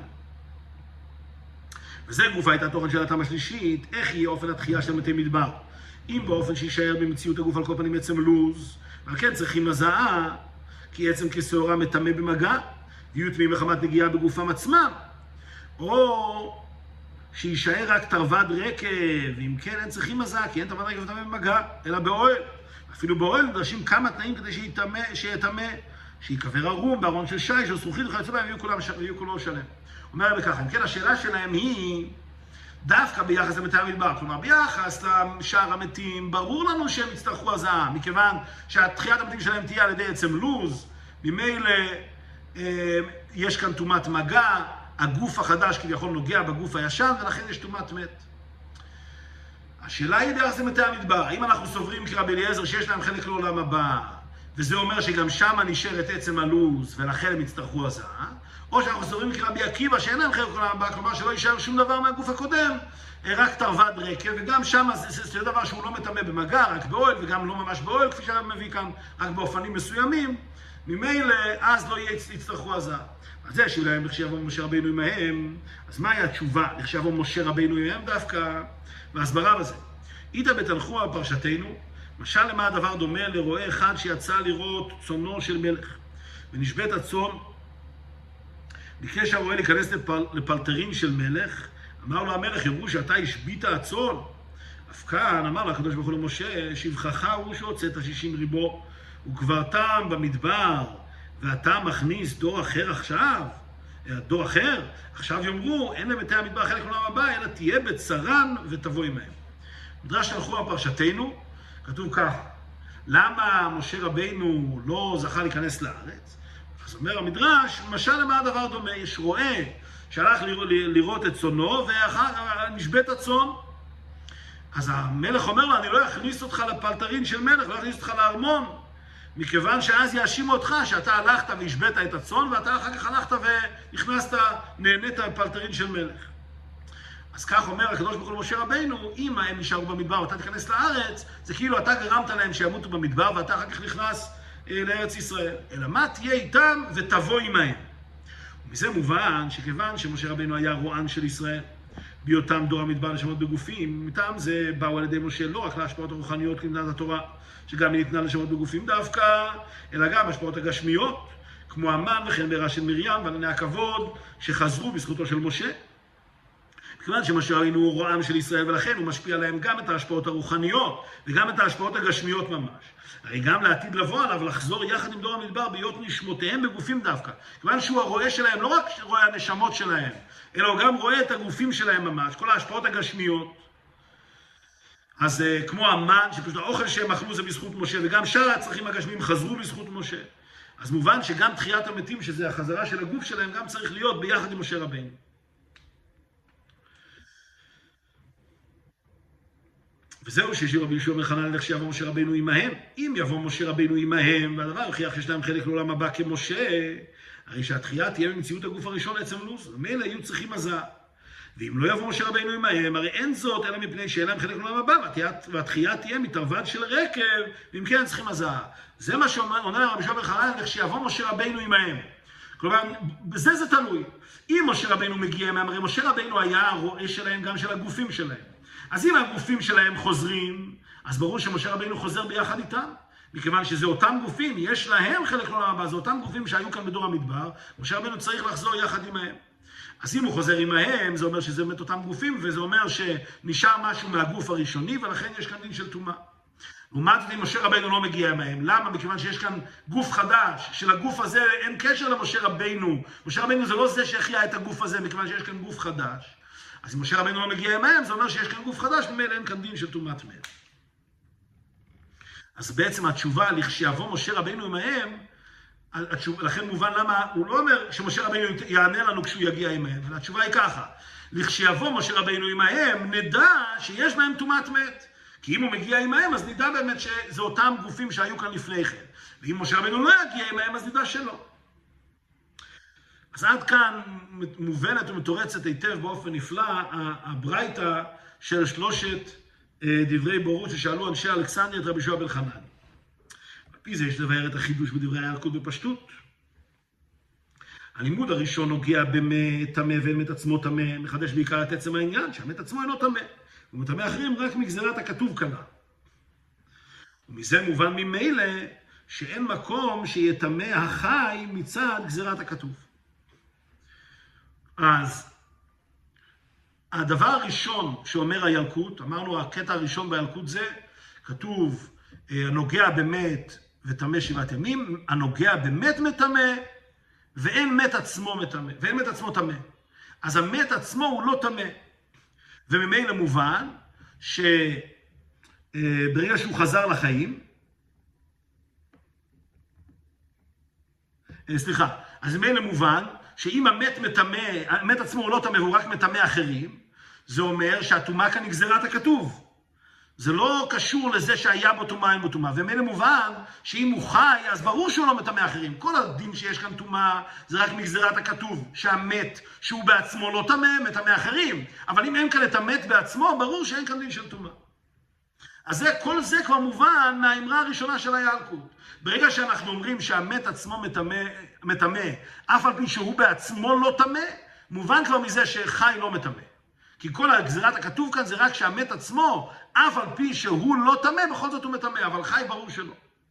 וזה גופה הייתה התוכן של הטעם השלישית, איך יהיה אופן התחייה של מתי מדבר. אם באופן שישאר במציאות הגוף על כל פנים עצם לוז, אבל כן צריכים הזעה, כי עצם כשעורה מטמא במגע, יהיו טמאים מחמת נגיעה בגופם עצמם, או שישאר רק תרווד רקב, ואם כן אין צריכים הזעה, כי אין תרווד רקב מטמא במגע, אלא באוהל. אפילו באוהל נדרשים כמה תנאים כדי שיטמא, שיקבר ערום בארון של שיש או זכוכית וכיוצא בהם, ויהיו כולו שלם. אומר בכך, אם כן השאלה שלהם היא דווקא ביחס למתי המדבר, כלומר ביחס לשאר המתים, ברור לנו שהם יצטרכו הזעה, מכיוון שהתחיית המתים שלהם תהיה על ידי עצם לוז, ממילא יש כאן טומאת מגע, הגוף החדש כביכול נוגע בגוף הישן, ולכן יש טומאת מת. השאלה היא ביחס למתי המדבר, האם אנחנו סוברים כרבי אליעזר שיש להם חלק לעולם הבא, וזה אומר שגם שם נשארת עצם הלוז, ולכן הם יצטרכו הזעה, או שאנחנו סוברים כרבי עקיבא שאין להם חלק לעולם הבא, כלומר שלא יישאר שום דבר מהגוף הקודם, רק תרווד רקב, וגם שם זה דבר שהוא לא מטמא במגע, רק באוהל, וגם לא ממש באוהל, כפי שהרב מביא כאן, רק באופנים מסוימים, ממילא אז לא יצטרכו הזעה. אז זה שאולי לכשיבוא משה רבינו עמהם, אז מהי התשובה? לכשיבוא משה רבינו עמהם דווקא, והסברה בזה. איתא בתנחומא בפרשתנו, משל למה הדבר דומה לרועה אחד שיצא לראות צונו של מלך, ונשבית הצאן, ביקש הרועה להיכנס לפלטרין של מלך, אמר לו המלך, יראו שאתה השבית הצאן. אף כאן אמר לו הקדוש ברוך הוא למשה, שבחך הוא שהוצאת 60 ריבו, וכבר טעם במדבר, ואתה מכניס דור אחר עכשיו, דור אחר, עכשיו יאמרו, אין למתי המדבר חלק לעולם הבא, אלא תהיה בצרן ותבוא עמהם. מדרש תנחומא בפרשתנו, כתוב כך, למה משה רבינו לא זכה להיכנס לארץ? אז אומר המדרש, משל למה הדבר דומה? יש רועה שהלך לראות את צונו, ונשבית הצאן. אז המלך אומר לו, אני לא אכניס אותך לפלטרין של מלך, לא אכניס אותך לארמון, מכיוון שאז יאשימו אותך שאתה הלכת והשבית את הצאן, ואתה אחר כך הלכת ונכנסת, נהנית בפלטרין של מלך. אז כך אומר הקדוש ברוך הוא למשה רבינו, אם הם נשארו במדבר ואתה תיכנס לארץ, זה כאילו אתה גרמת להם שימותו במדבר ואתה אחר כך נכנס לארץ ישראל. אלא מה תהיה איתם ותבוא עמהם. ומזה מובן שכיוון שמשה רבינו היה רוען של ישראל, בהיותם דור המדבר לשמות בגופים, מטעם זה באו על ידי משה לא רק להשפעות הרוחניות כמתנת התורה, שגם היא ניתנה לשמות בגופים דווקא, אלא גם השפעות הגשמיות, כמו המן וכן ברע של מרים וענני הכבוד, שחזרו בזכותו של משה. כיוון שמשה רבינו הוא רועם של ישראל, ולכן הוא משפיע עליהם גם את ההשפעות הרוחניות, וגם את ההשפעות הגשמיות ממש. הרי גם לעתיד לבוא עליו, לחזור יחד עם דור המדבר, בהיות נשמותיהם בגופים דווקא. כיוון שהוא הרואה שלהם, לא רק רואה הנשמות שלהם, אלא הוא גם רואה את הגופים שלהם ממש, כל ההשפעות הגשמיות. אז כמו המן, שפשוט האוכל שהם אכלו זה בזכות משה, וגם שאר הצרכים הגשמיים חזרו בזכות משה. אז מובן שגם תחיית המתים, שזה החזרה של הגוף שלהם, גם צריך להיות ביחד עם משה רבינו. וזהו ששיר רבי יהושע אומר חנן לך שיבוא משה רבינו עמהם. אם יבוא משה רבינו עמהם, והדבר יוכיח יש להם חלק לעולם הבא כמשה, הרי שהתחייה תהיה במציאות הגוף הראשון עצם לוז, ומילא היו צריכים הזעה. ואם לא יבוא משה רבינו עמהם, הרי אין זאת אלא מפני שאין להם חלק לעולם הבא, והתחייה תהיה מתרווד של רקב, ואם כן צריכים הזעה. זה מה שעונה רבי יהושע אומר חנן לך שיבוא משה רבינו עמהם. כלומר, בזה זה תלוי. אם משה רבינו מגיע עמהם, הרי משה רבינו היה הרועה שלהם גם של הגופים שלהם. אז אם הגופים שלהם חוזרים, אז ברור שמשה רבינו חוזר ביחד איתם, מכיוון שזה אותם גופים, יש להם חלק לעולם הבא, זה אותם גופים שהיו כאן בדור המדבר, משה רבינו צריך לחזור יחד עמהם. אז אם הוא חוזר עמהם, זה אומר שזה באמת אותם גופים, וזה אומר שנשאר משהו מהגוף הראשוני, ולכן יש כאן דין של טומאה. לעומת זאת, אם משה רבינו לא מגיע עמהם. למה? מכיוון שיש כאן גוף חדש, שלגוף הזה אין קשר למשה רבינו. משה רבינו זה לא זה שהחיה את הגוף הזה, מכיוון שיש כאן גוף חדש. אז אם משה רבינו לא מגיע עמהם, זה אומר שיש כאן גוף חדש, ממילא אין כאן דין של טומאת מת. אז בעצם התשובה, לכשיבוא משה רבינו עמהם, לכן מובן למה, הוא לא אומר שמשה רבינו יענה לנו כשהוא יגיע עמהם, אבל התשובה היא ככה, לכשיבוא משה רבינו עמהם, נדע שיש בהם טומאת מת. כי אם הוא מגיע עמהם, אז נדע באמת שזה אותם גופים שהיו כאן לפני כן. ואם משה רבינו לא יגיע עמהם, אז נדע שלא. אז עד כאן מובנת ומתורצת היטב באופן נפלא, הברייתא של 3 דברי בורות ששאלו אנשי אלכסנדריה את רבי יהושע בן חנניה. על פי זה יש לבאר את החידוש בדברי הילקוט בפשטות. הלימוד הראשון נוגע במת טמא ואין מת עצמו טמא, מחדש בעיקר את עצם העניין, שהמת עצמו אינו טמא. ומטמא אחרים רק מגזרת הכתוב כנ"ל. ומזה מובן ממילא שאין מקום שיטמא החי מצד גזרת הכתוב. אז הדבר הראשון שאומר הילקוט, אמרנו הקטע הראשון בילקוט זה, כתוב הנוגע במת וטמא 7 ימים, הנוגע במת מטמא ואין מת עצמו מטמא, ואין מת עצמו טמא. אז המת עצמו הוא לא טמא. וממילא מובן שברגע שהוא חזר לחיים, אז ממילא מובן שאם המת מטמא, המת עצמו הוא לא טמא והוא רק מטמא אחרים, זה אומר שהטומאה כאן נגזרת הכתוב. זה לא קשור לזה שהיה בו טומאה אין בו טומאה. וממילא מובן שאם הוא חי, אז ברור שהוא לא מטמא אחרים. כל הדין שיש כאן טומאה זה רק מגזרת הכתוב, שהמת שהוא בעצמו לא טמא, מטמא אחרים. אבל אם אין כאן את המת בעצמו, ברור שאין כאן דין של טומאה. אז כל זה כבר מובן מהאמרה הראשונה של הילקוט. ברגע שאנחנו אומרים שהמת עצמו מטמא, אף על פי שהוא בעצמו לא טמא, מובן כבר מזה שחי לא מטמא. כי כל הגזירת הכתוב כאן זה רק שהמת עצמו, אף על פי שהוא לא טמא, בכל זאת הוא מטמא, אבל חי ברור שלא.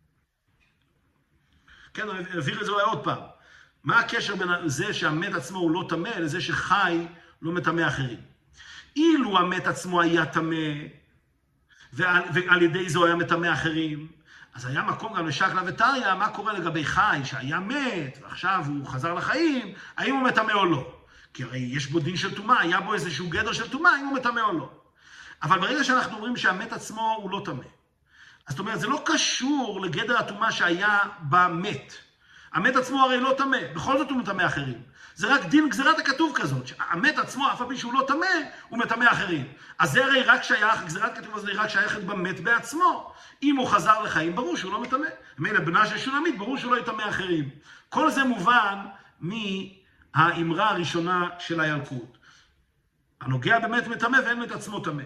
כן, אני אבהיר את זה עוד פעם. מה הקשר בין זה שהמת עצמו הוא לא טמא, לזה שחי לא מטמא אחרים? אילו המת עצמו היה טמא, ועל ידי זה הוא היה מטמא אחרים, אז היה מקום גם לשקלא וטריא, מה קורה לגבי חי שהיה מת, ועכשיו הוא חזר לחיים, האם הוא מטמא או לא? כי הרי יש בו דין של טומאה, היה בו איזשהו גדר של טומאה, האם הוא מטמא או לא. אבל ברגע שאנחנו אומרים שהמת עצמו הוא לא טמא, אז זאת אומרת, זה לא קשור לגדר הטומאה שהיה במת. המת עצמו הרי לא טמא, בכל זאת הוא מטמא אחרים. זה רק דין גזירת הכתוב כזאת, שהמת עצמו, אף על פי שהוא לא טמא, הוא מטמא אחרים. אז זה הרי רק שייך, גזירת כתוב הזה רק שייכת במת בעצמו. אם הוא חזר לחיים, ברור שהוא לא מטמא. מילא בנה של שולמית, ברור שהוא לא יטמא אחרים. כל זה מובן מהאמרה הראשונה של הילקוט. הנוגע באמת מטמא ואין מת עצמו טמא.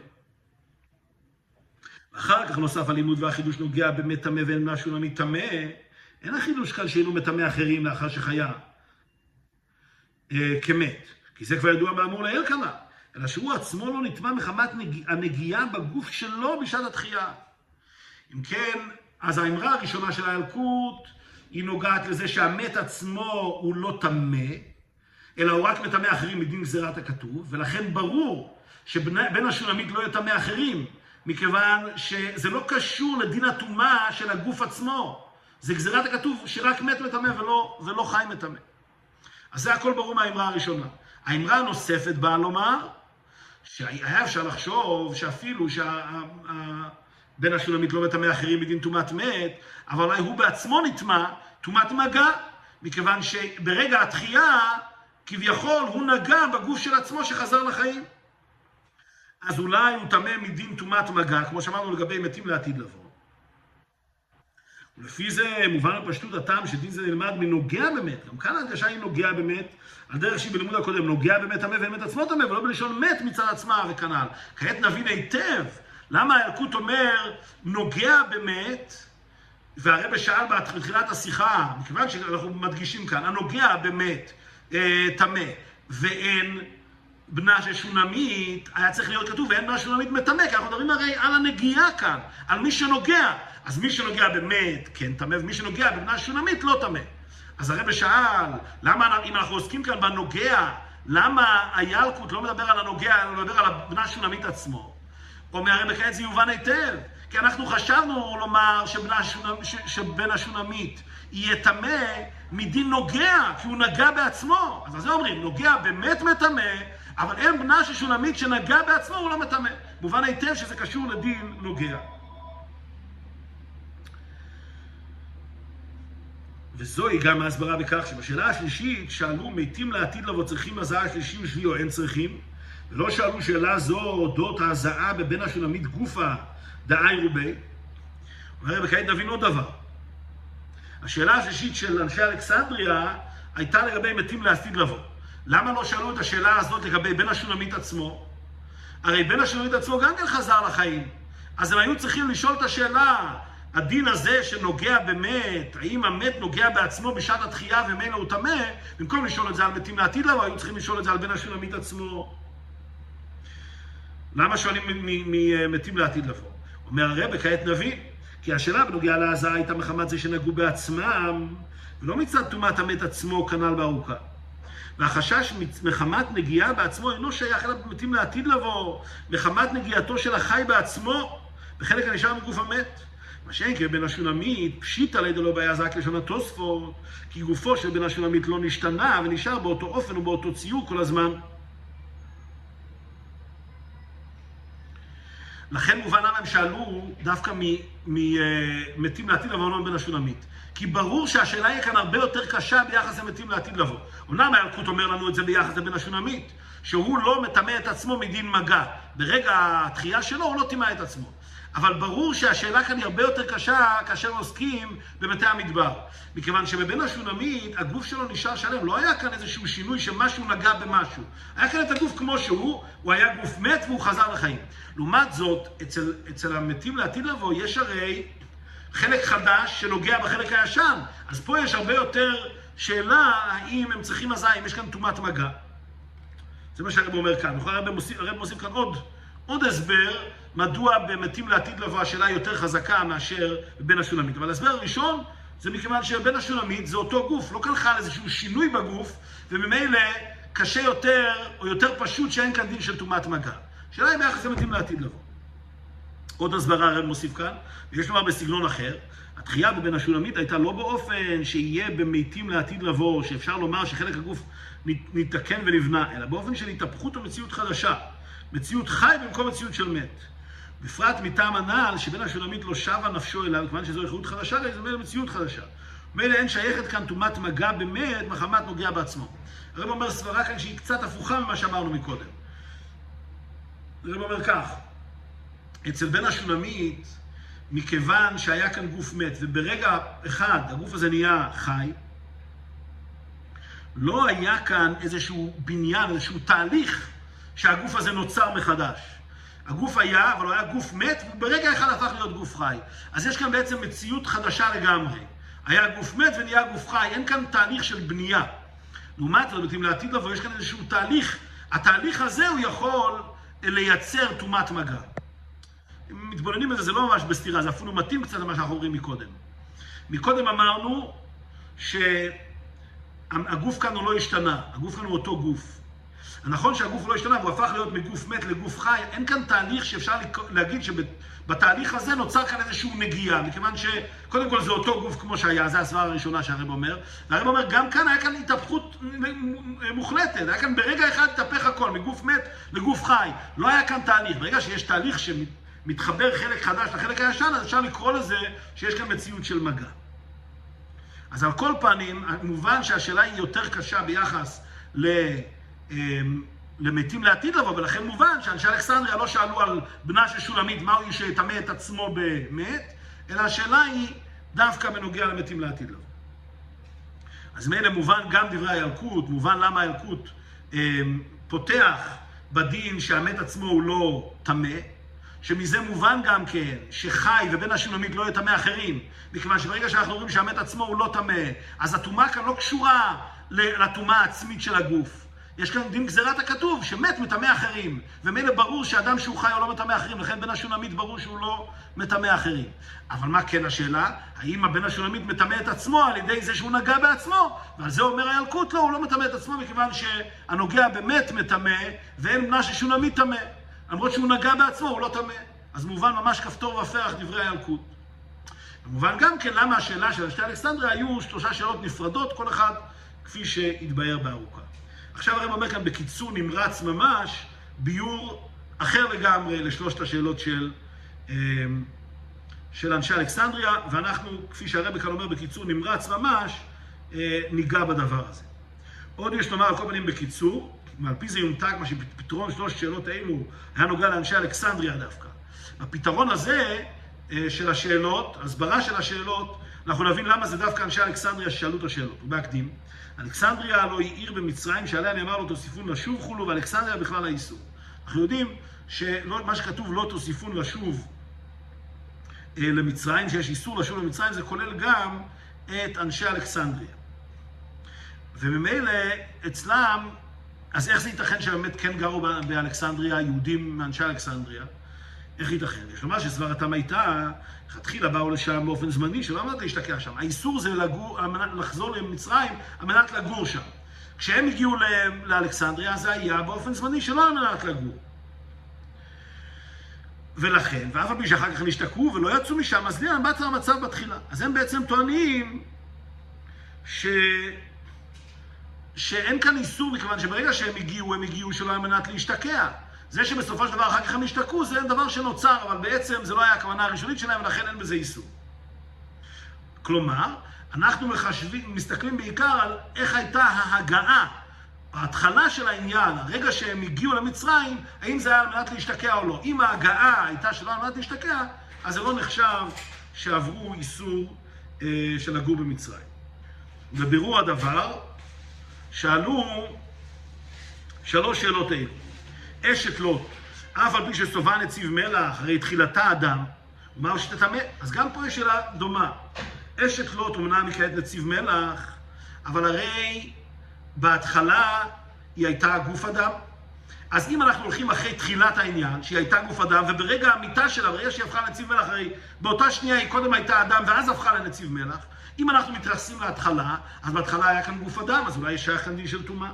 ואחר כך נוסף הלימוד והחידוש נוגע באמת טמא ואין בנה שולמית טמא. אין החידוש כאן שאינו מטמא אחרים לאחר שחיה כמת. כי זה כבר ידוע באמור לעיל כנ"ל. אלא שהוא עצמו לא נטמא מחמת הנגיעה בגוף שלו בשעת התחייה. אם כן, אז האמרה הראשונה של הילקוט היא נוגעת לזה שהמת עצמו הוא לא טמא, אלא הוא רק מטמא אחרים מדין גזירת הכתוב, ולכן ברור שבן השולמית לא יטמא אחרים, מכיוון שזה לא קשור לדין הטומאה של הגוף עצמו. זה גזירת הכתוב שרק מת מטמא ולא חי מטמא. אז זה הכל ברור מהאמרה הראשונה. האמרה הנוספת באה לומר, שהיה אפשר לחשוב שאפילו בן השולמית לא מטמא אחרים מדין טומאת מת, אבל אולי הוא בעצמו נטמא טומאת מגע, מכיוון שברגע התחייה, כביכול הוא נגע בגוף של עצמו שחזר לחיים. אז אולי הוא טמא מדין טומאת מגע, כמו שאמרנו לגבי מתים לעתיד לבוא. ולפי זה מובן בפשטות הטעם שדין זה נלמד מנוגע באמת. גם כאן ההדגשה היא נוגע באמת, על דרך שהיא בלימוד הקודם, נוגע באמת טמא ואין מת עצמו טמא, ולא בלשון מת מצד עצמה וכנ"ל. כעת נבין היטב למה הילקוט אומר נוגע באמת, והרבא שאל בתחילת השיחה, מכיוון שאנחנו מדגישים כאן, הנוגע באמת טמא ואין בנה של שונמית, היה צריך להיות כתוב ואין בנה שונמית מטמא, כי אנחנו מדברים הרי על הנגיעה כאן, על מי שנוגע. אז מי שנוגע באמת כן טמא, ומי שנוגע בבנה שונמית לא טמא. אז הרבא שאל, למה אם אנחנו עוסקים כאן בנוגע למה הילקוט לא מדבר על הנוגע, אלא מדבר על בנה שונמית עצמו? אומר הרב כעת זה יובן היטב, כי אנחנו חשבנו לומר שבן השונמית יהיה טמא מדין נוגע, כי הוא נגע בעצמו. אז זה אומרים, נוגע באמת מטמא, אבל אין בנה של שונמית שנגע בעצמו, הוא לא מטמא. מובן היטב שזה קשור לדין נוגע. וזוהי גם ההסברה בכך שבשאלה השלישית שאלו מתים לעתיד לבוא צריכים הזעה שלישי ושביעי או אין צריכים, ולא שאלו שאלה זו אודות ההזעה בבין השונמית גופה דאי רובי. אומר וכעת נבין עוד דבר. השאלה השלישית של אנשי אלכסנדריה הייתה לגבי מתים לעתיד לבוא. למה לא שאלו את השאלה הזאת לגבי בין השונמית עצמו? הרי בין השונמית עצמו גם כן חזר לחיים. אז הם היו צריכים לשאול את השאלה, הדין הזה שנוגע באמת, האם המת נוגע בעצמו בשעת התחייה ומילא הוא טמא, במקום לשאול את זה על מתים לעתיד לבוא, היו צריכים לשאול את זה על בין השונמית עצמו. למה שואלים מתים לעתיד לבוא? אומר הרב, כעת נבין, כי השאלה בנוגע להזעה הייתה מחמת זה שנגעו בעצמם, ולא מצד טומאת המת עצמו כנ"ל בארוכה. והחשש מחמת נגיעה בעצמו אינו שייך אליו מתים לעתיד לבוא, מחמת נגיעתו של החי בעצמו, בחלק הנשאר מגוף המת. מה שאין כבן השונמית, פשיט על ידי לא בעיה זק לשון התוספות, כי גופו של בן השונמית לא נשתנה ונשאר באותו אופן ובאותו ציור כל הזמן. לכן מובן למה הם שאלו דווקא מתים לעתיד לבוא לא בן השונמית. כי ברור שהשאלה היא כאן הרבה יותר קשה ביחס למתים לעתיד לבוא. אומנם הילקוט אומר לנו את זה ביחס לבן השונמית, שהוא לא מטמא את עצמו מדין מגע. ברגע התחייה שלו הוא לא טימא את עצמו. אבל ברור שהשאלה כאן היא הרבה יותר קשה כאשר עוסקים במתי המדבר. מכיוון שבבן השונמית הגוף שלו נשאר שלם. לא היה כאן איזשהו שינוי שמשהו נגע במשהו. היה כאן את הגוף כמו שהוא, הוא היה גוף מת והוא חזר לחיים. לעומת זאת, אצל המתים לעתיד לבוא יש הרי חלק חדש שנוגע בחלק הישן. אז פה יש הרבה יותר שאלה האם הם צריכים הזעה, אם יש כאן טומאת מגע. זה מה שהרב אומר כאן. הרב מוסיף כאן עוד הסבר מדוע במתים לעתיד לבוא השאלה היא יותר חזקה מאשר בבין השונמית. אבל ההסבר הראשון זה מכיוון שבין השונמית זה אותו גוף, לא כאן חל איזשהו שינוי בגוף, וממילא קשה יותר או יותר פשוט שאין כאן דין של טומאת מגע. השאלה היא ביחס למתים לעתיד לבוא. עוד הסברה הרב מוסיף כאן, ויש לומר בסגנון אחר, התחייה בבין השונמית הייתה לא באופן שיהיה במתים לעתיד לבוא, שאפשר לומר שחלק הגוף נתקן ונבנה, אלא באופן של התהפכות או מציאות חדשה. מציאות חי במקום מציאות של מת. בפרט מטעם הנעל שבין השונמית לא שווה נפשו אליו, כיוון שזו איכות חדשה, זה אומר מציאות חדשה. מילא אין שייכת כאן טומאת מגע במת, מחמת נוגע בעצמו. הרב אומר סברה כאן שהיא קצת הפוכה ממה שאמרנו מקודם. הרב אומר כך, אצל בן השונמית, מכיוון שהיה כאן גוף מת, וברגע אחד הגוף הזה נהיה חי, לא היה כאן איזשהו בניין, איזשהו תהליך שהגוף הזה נוצר מחדש. הגוף היה, אבל הוא היה גוף מת, וברגע אחד הפך להיות גוף חי. אז יש כאן בעצם מציאות חדשה לגמרי. היה גוף מת ונהיה גוף חי, אין כאן תהליך של בנייה. לעומת זאת, מתאים לעתיד לבוא, יש כאן איזשהו תהליך. התהליך הזה הוא יכול לייצר טומאת מגע. אם מתבוננים בזה, זה לא ממש בסתירה, זה אפילו מתאים קצת למה שאנחנו אומרים מקודם. מקודם אמרנו שהגוף כאן הוא לא השתנה, הגוף כאן הוא אותו גוף. נכון שהגוף לא השתנה, והוא הפך להיות מגוף מת לגוף חי, אין כאן תהליך שאפשר להגיד שבתהליך הזה נוצר כאן איזשהו נגיעה, מכיוון שקודם כל זה אותו גוף כמו שהיה, זה הסברה הראשונה שהרב אומר, והרב אומר, גם כאן היה כאן התהפכות מוחלטת, היה כאן ברגע אחד התהפך הכל, מגוף מת לגוף חי, לא היה כאן תהליך, ברגע שיש תהליך שמתחבר חלק חדש לחלק הישן, אז אפשר לקרוא לזה שיש כאן מציאות של מגע. אז על כל פנים, מובן שהשאלה היא יותר קשה ביחס למתים לעתיד לבוא, ולכן מובן שאנשי אלכסנדריה לא שאלו על בנה של שולמית מהו שיטמא את עצמו במת, אלא השאלה היא דווקא בנוגע למתים לעתיד לבוא. אז מילא מובן גם דברי הילקוט, מובן למה הילקוט פותח בדין שהמת עצמו הוא לא טמא, שמזה מובן גם כן שחי ובן השולמית לא יטמא אחרים, מכיוון שברגע שאנחנו אומרים שהמת עצמו הוא לא טמא, אז הטומאה כאן לא קשורה לטומאה העצמית של הגוף. יש כאן דין גזירת הכתוב, שמת מטמא אחרים. ומילא ברור שאדם שהוא חי הוא לא מטמא אחרים, לכן בן השונמית ברור שהוא לא מטמא אחרים. אבל מה כן השאלה? האם הבן השונמית מטמא את עצמו על ידי זה שהוא נגע בעצמו? ועל זה אומר הילקוט, לא, הוא לא מטמא את עצמו, מכיוון שהנוגע באמת מטמא, ואין בנה ששונמית טמא. למרות שהוא נגע בעצמו, הוא לא טמא. אז מובן ממש כפתור ופרח דברי הילקוט. במובן גם כן למה השאלה של אנשי אלכסנדריה היו 3 שאלות נפרדות, כל אחד כפי שהתבאר בארוכה. עכשיו הרב אומר כאן בקיצור נמרץ ממש, ביור אחר לגמרי לשלושת השאלות של אנשי אלכסנדריה, ואנחנו, כפי שהרב כאן אומר בקיצור נמרץ ממש, ניגע בדבר הזה. עוד יש לומר על כל פנים בקיצור, ועל פי זה יומתק מה שפתרון 3 שאלות האלו היה נוגע לאנשי אלכסנדריה דווקא. בפתרון הזה של השאלות, הסברה של השאלות, אנחנו נבין למה זה דווקא אנשי אלכסנדריה ששאלו את השאלות. ובהקדים, אלכסנדריה לא היא עיר במצרים שעליה נאמר לו תוסיפון לשוב חולו, ואלכסנדריה בכלל האיסור. אנחנו יודעים שמה שכתוב לא תוסיפון לשוב למצרים, שיש איסור לשוב למצרים, זה כולל גם את אנשי אלכסנדריה. וממילא אצלם, אז איך זה ייתכן שבאמת כן גרו באלכסנדריה יהודים מאנשי אלכסנדריה? איך ייתכן? יש לומר שסברתם הייתה, התחילה באו לשם באופן זמני, שלא אמרת להשתקע שם. האיסור זה לחזור למצרים על מנת לגור שם. כשהם הגיעו לאלכסנדריה, זה היה באופן זמני שלא על מנת לגור. ולכן, ואף על פי שאחר כך נשתקעו ולא יצאו משם, אז למה באת המצב בתחילה? אז הם בעצם טוענים שאין כאן איסור, מכיוון שברגע שהם הגיעו שלא על מנת להשתקע. זה שבסופו של דבר אחר כך הם השתקעו, זה דבר שנוצר, אבל בעצם זה לא היה הכוונה הראשונית שלהם, ולכן אין בזה איסור. כלומר, אנחנו מסתכלים בעיקר על איך הייתה ההגעה, ההתחלה של העניין, הרגע שהם הגיעו למצרים, האם זה היה על מנת להשתקע או לא. אם ההגעה הייתה שלא על מנת להשתקע, אז זה לא נחשב שעברו איסור של לגור במצרים. בבירור הדבר, שאלו 3 שאלות האלה. אשת לוט, אף על פי שסובה נציב מלח, הרי תחילתה אדם, ומה הוא שתטמא? אז גם פה יש שאלה דומה. אשת לוט אומנם היא כעת נציב מלח, אבל הרי בהתחלה היא הייתה גוף אדם. אז אם אנחנו הולכים אחרי תחילת העניין, שהיא הייתה גוף אדם, וברגע המיטה שלה, ברגע שהיא הפכה לנציב מלח, הרי באותה שנייה היא קודם הייתה אדם, ואז הפכה לנציב מלח. אם אנחנו מתייחסים להתחלה, אז בהתחלה היה כאן גוף אדם, אז אולי יש כאן דין של טומאה.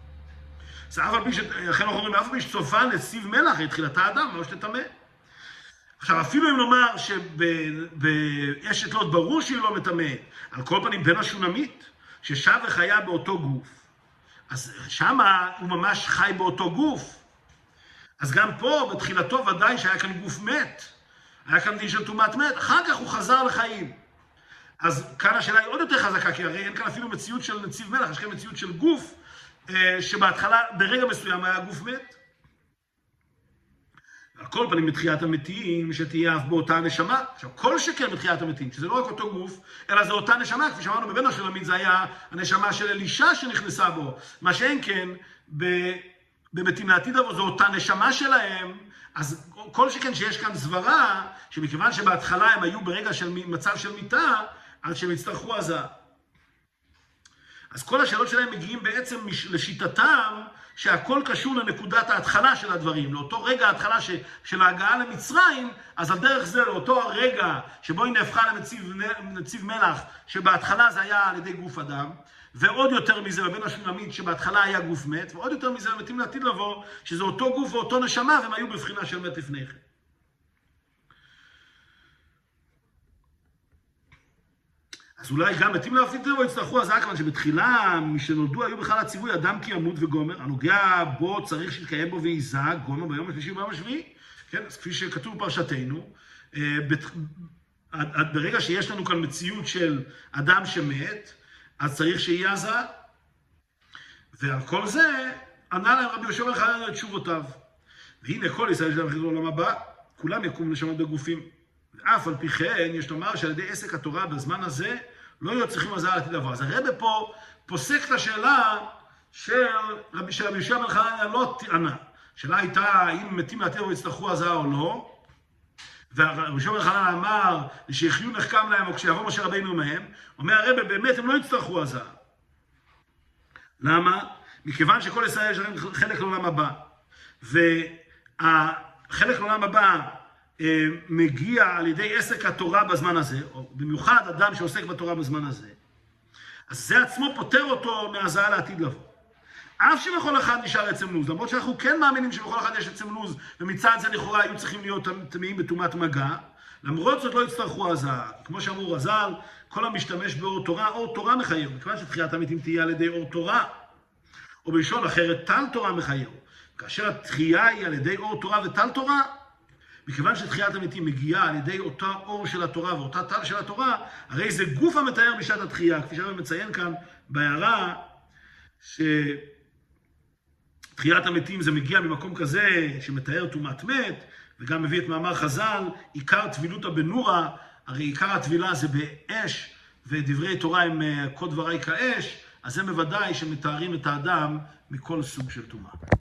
לכן אנחנו אומרים, אף על פי שסופה נציב מלח, היא תחילתה אדם, מה שתטמא. עכשיו, אפילו אם נאמר שבאשת לוט ברור שהיא לא מטמאת, על כל פנים בן השונמית, ששב וחיה באותו גוף, אז שמה הוא ממש חי באותו גוף. אז גם פה, בתחילתו ודאי שהיה כאן גוף מת, היה כאן דין של טומאת מת, אחר כך הוא חזר לחיים. אז כאן השאלה היא עוד יותר חזקה, כי הרי אין כאן אפילו מציאות של נציב מלח, יש כאן מציאות של גוף, שבהתחלה, ברגע מסוים היה גוף מת. על כל פנים בתחיית המתים, שתהיה אף באותה נשמה. עכשיו, כל שכן בתחיית המתים, שזה לא רק אותו גוף, אלא זה אותה נשמה, כפי שאמרנו בבן השונמית, זה היה הנשמה של אלישע שנכנסה בו. מה שאין כן, במתים לעתיד לבוא, זו אותה נשמה שלהם. אז כל שכן שיש כאן סברה, שמכיוון שבהתחלה הם היו ברגע של מצב של מיטה, אז שהם יצטרכו עזה. אז כל השאלות שלהם מגיעים בעצם לשיטתם שהכל קשור לנקודת ההתחלה של הדברים, לאותו רגע ההתחלה של ההגעה למצרים, אז על דרך זה, לאותו הרגע שבו היא נהפכה לנציב מלח, שבהתחלה זה היה על ידי גוף אדם, ועוד יותר מזה בבן השונמית שבהתחלה היה גוף מת, ועוד יותר מזה מתים לעתיד לבוא, שזה אותו גוף ואותו נשמה, והם היו בבחינה של מת לפני כן. אז אולי גם מתים לעתיד לבוא יצטרכו עזה, כיוון שבתחילה משנולדו היו בכלל הציווי אדם כי ימות וגומר, הנוגע בו צריך שיתקיים בו ויזעק, גומר ביום השלישי וביום השביעי. כן, אז כפי שכתוב בפרשתנו, ברגע שיש לנו כאן מציאות של אדם שמת, אז צריך שיהיה עזה. ועל כל זה ענה להם רבי יהושע בן חנניה את תשובותיו. והנה כל ישראל שלהם יחזרו לעולם הבא, כולם יקום נשמות בגופים. ואף על פי כן יש לומר שעל ידי עסק התורה בזמן הזה לא יהיו צריכים עזה לעתיד לבוא. אז הרב פה פוסק את השאלה של רבי יהושע בן חנניה לא טענה. השאלה הייתה האם מתים לעתיד לבוא יצטרכו עזה או לא. ורבי יהושע בן חנניה אמר שיחיו נחכם להם או כשיבוא משה רבינו מהם. אומר הרב באמת הם לא יצטרכו עזה. למה? מכיוון שכל ישראל יש להם חלק לעולם הבא, והחלק לעולם הבא מגיע על ידי עסק התורה בזמן הזה, או במיוחד אדם שעוסק בתורה בזמן הזה, אז זה עצמו פותר אותו מהזעה לעתיד לבוא. אף שבכל אחד נשאר עצם לוז, למרות שאנחנו כן מאמינים שבכל אחד יש עצם לוז, ומצד זה לכאורה היו צריכים להיות טמאים בטומאת מגע, למרות זאת לא יצטרכו הזעה. כמו שאמרו רז"ל, כל המשתמש באור תורה, אור תורה מחייב, מכיוון שתחיית המתים תהיה על ידי אור תורה, או בלשון אחרת, טל תורה מחייב. כאשר התחייה היא על ידי אור תורה וטל תורה, מכיוון שתחיית המתים מגיעה על ידי אותה אור של התורה ואותה טל של התורה, הרי זה גוף המתאר בשעת התחייה, כפי שאני מציין כאן בהערה, שתחיית המתים זה מגיע ממקום כזה שמתאר טומאת מת, וגם מביא את מאמר חז"ל, עיקר טבילותא בנורא, הרי עיקר הטבילה זה באש, ודברי תורה הם כל דברי כאש, אז זה בוודאי שמתארים את האדם מכל סוג של טומאה.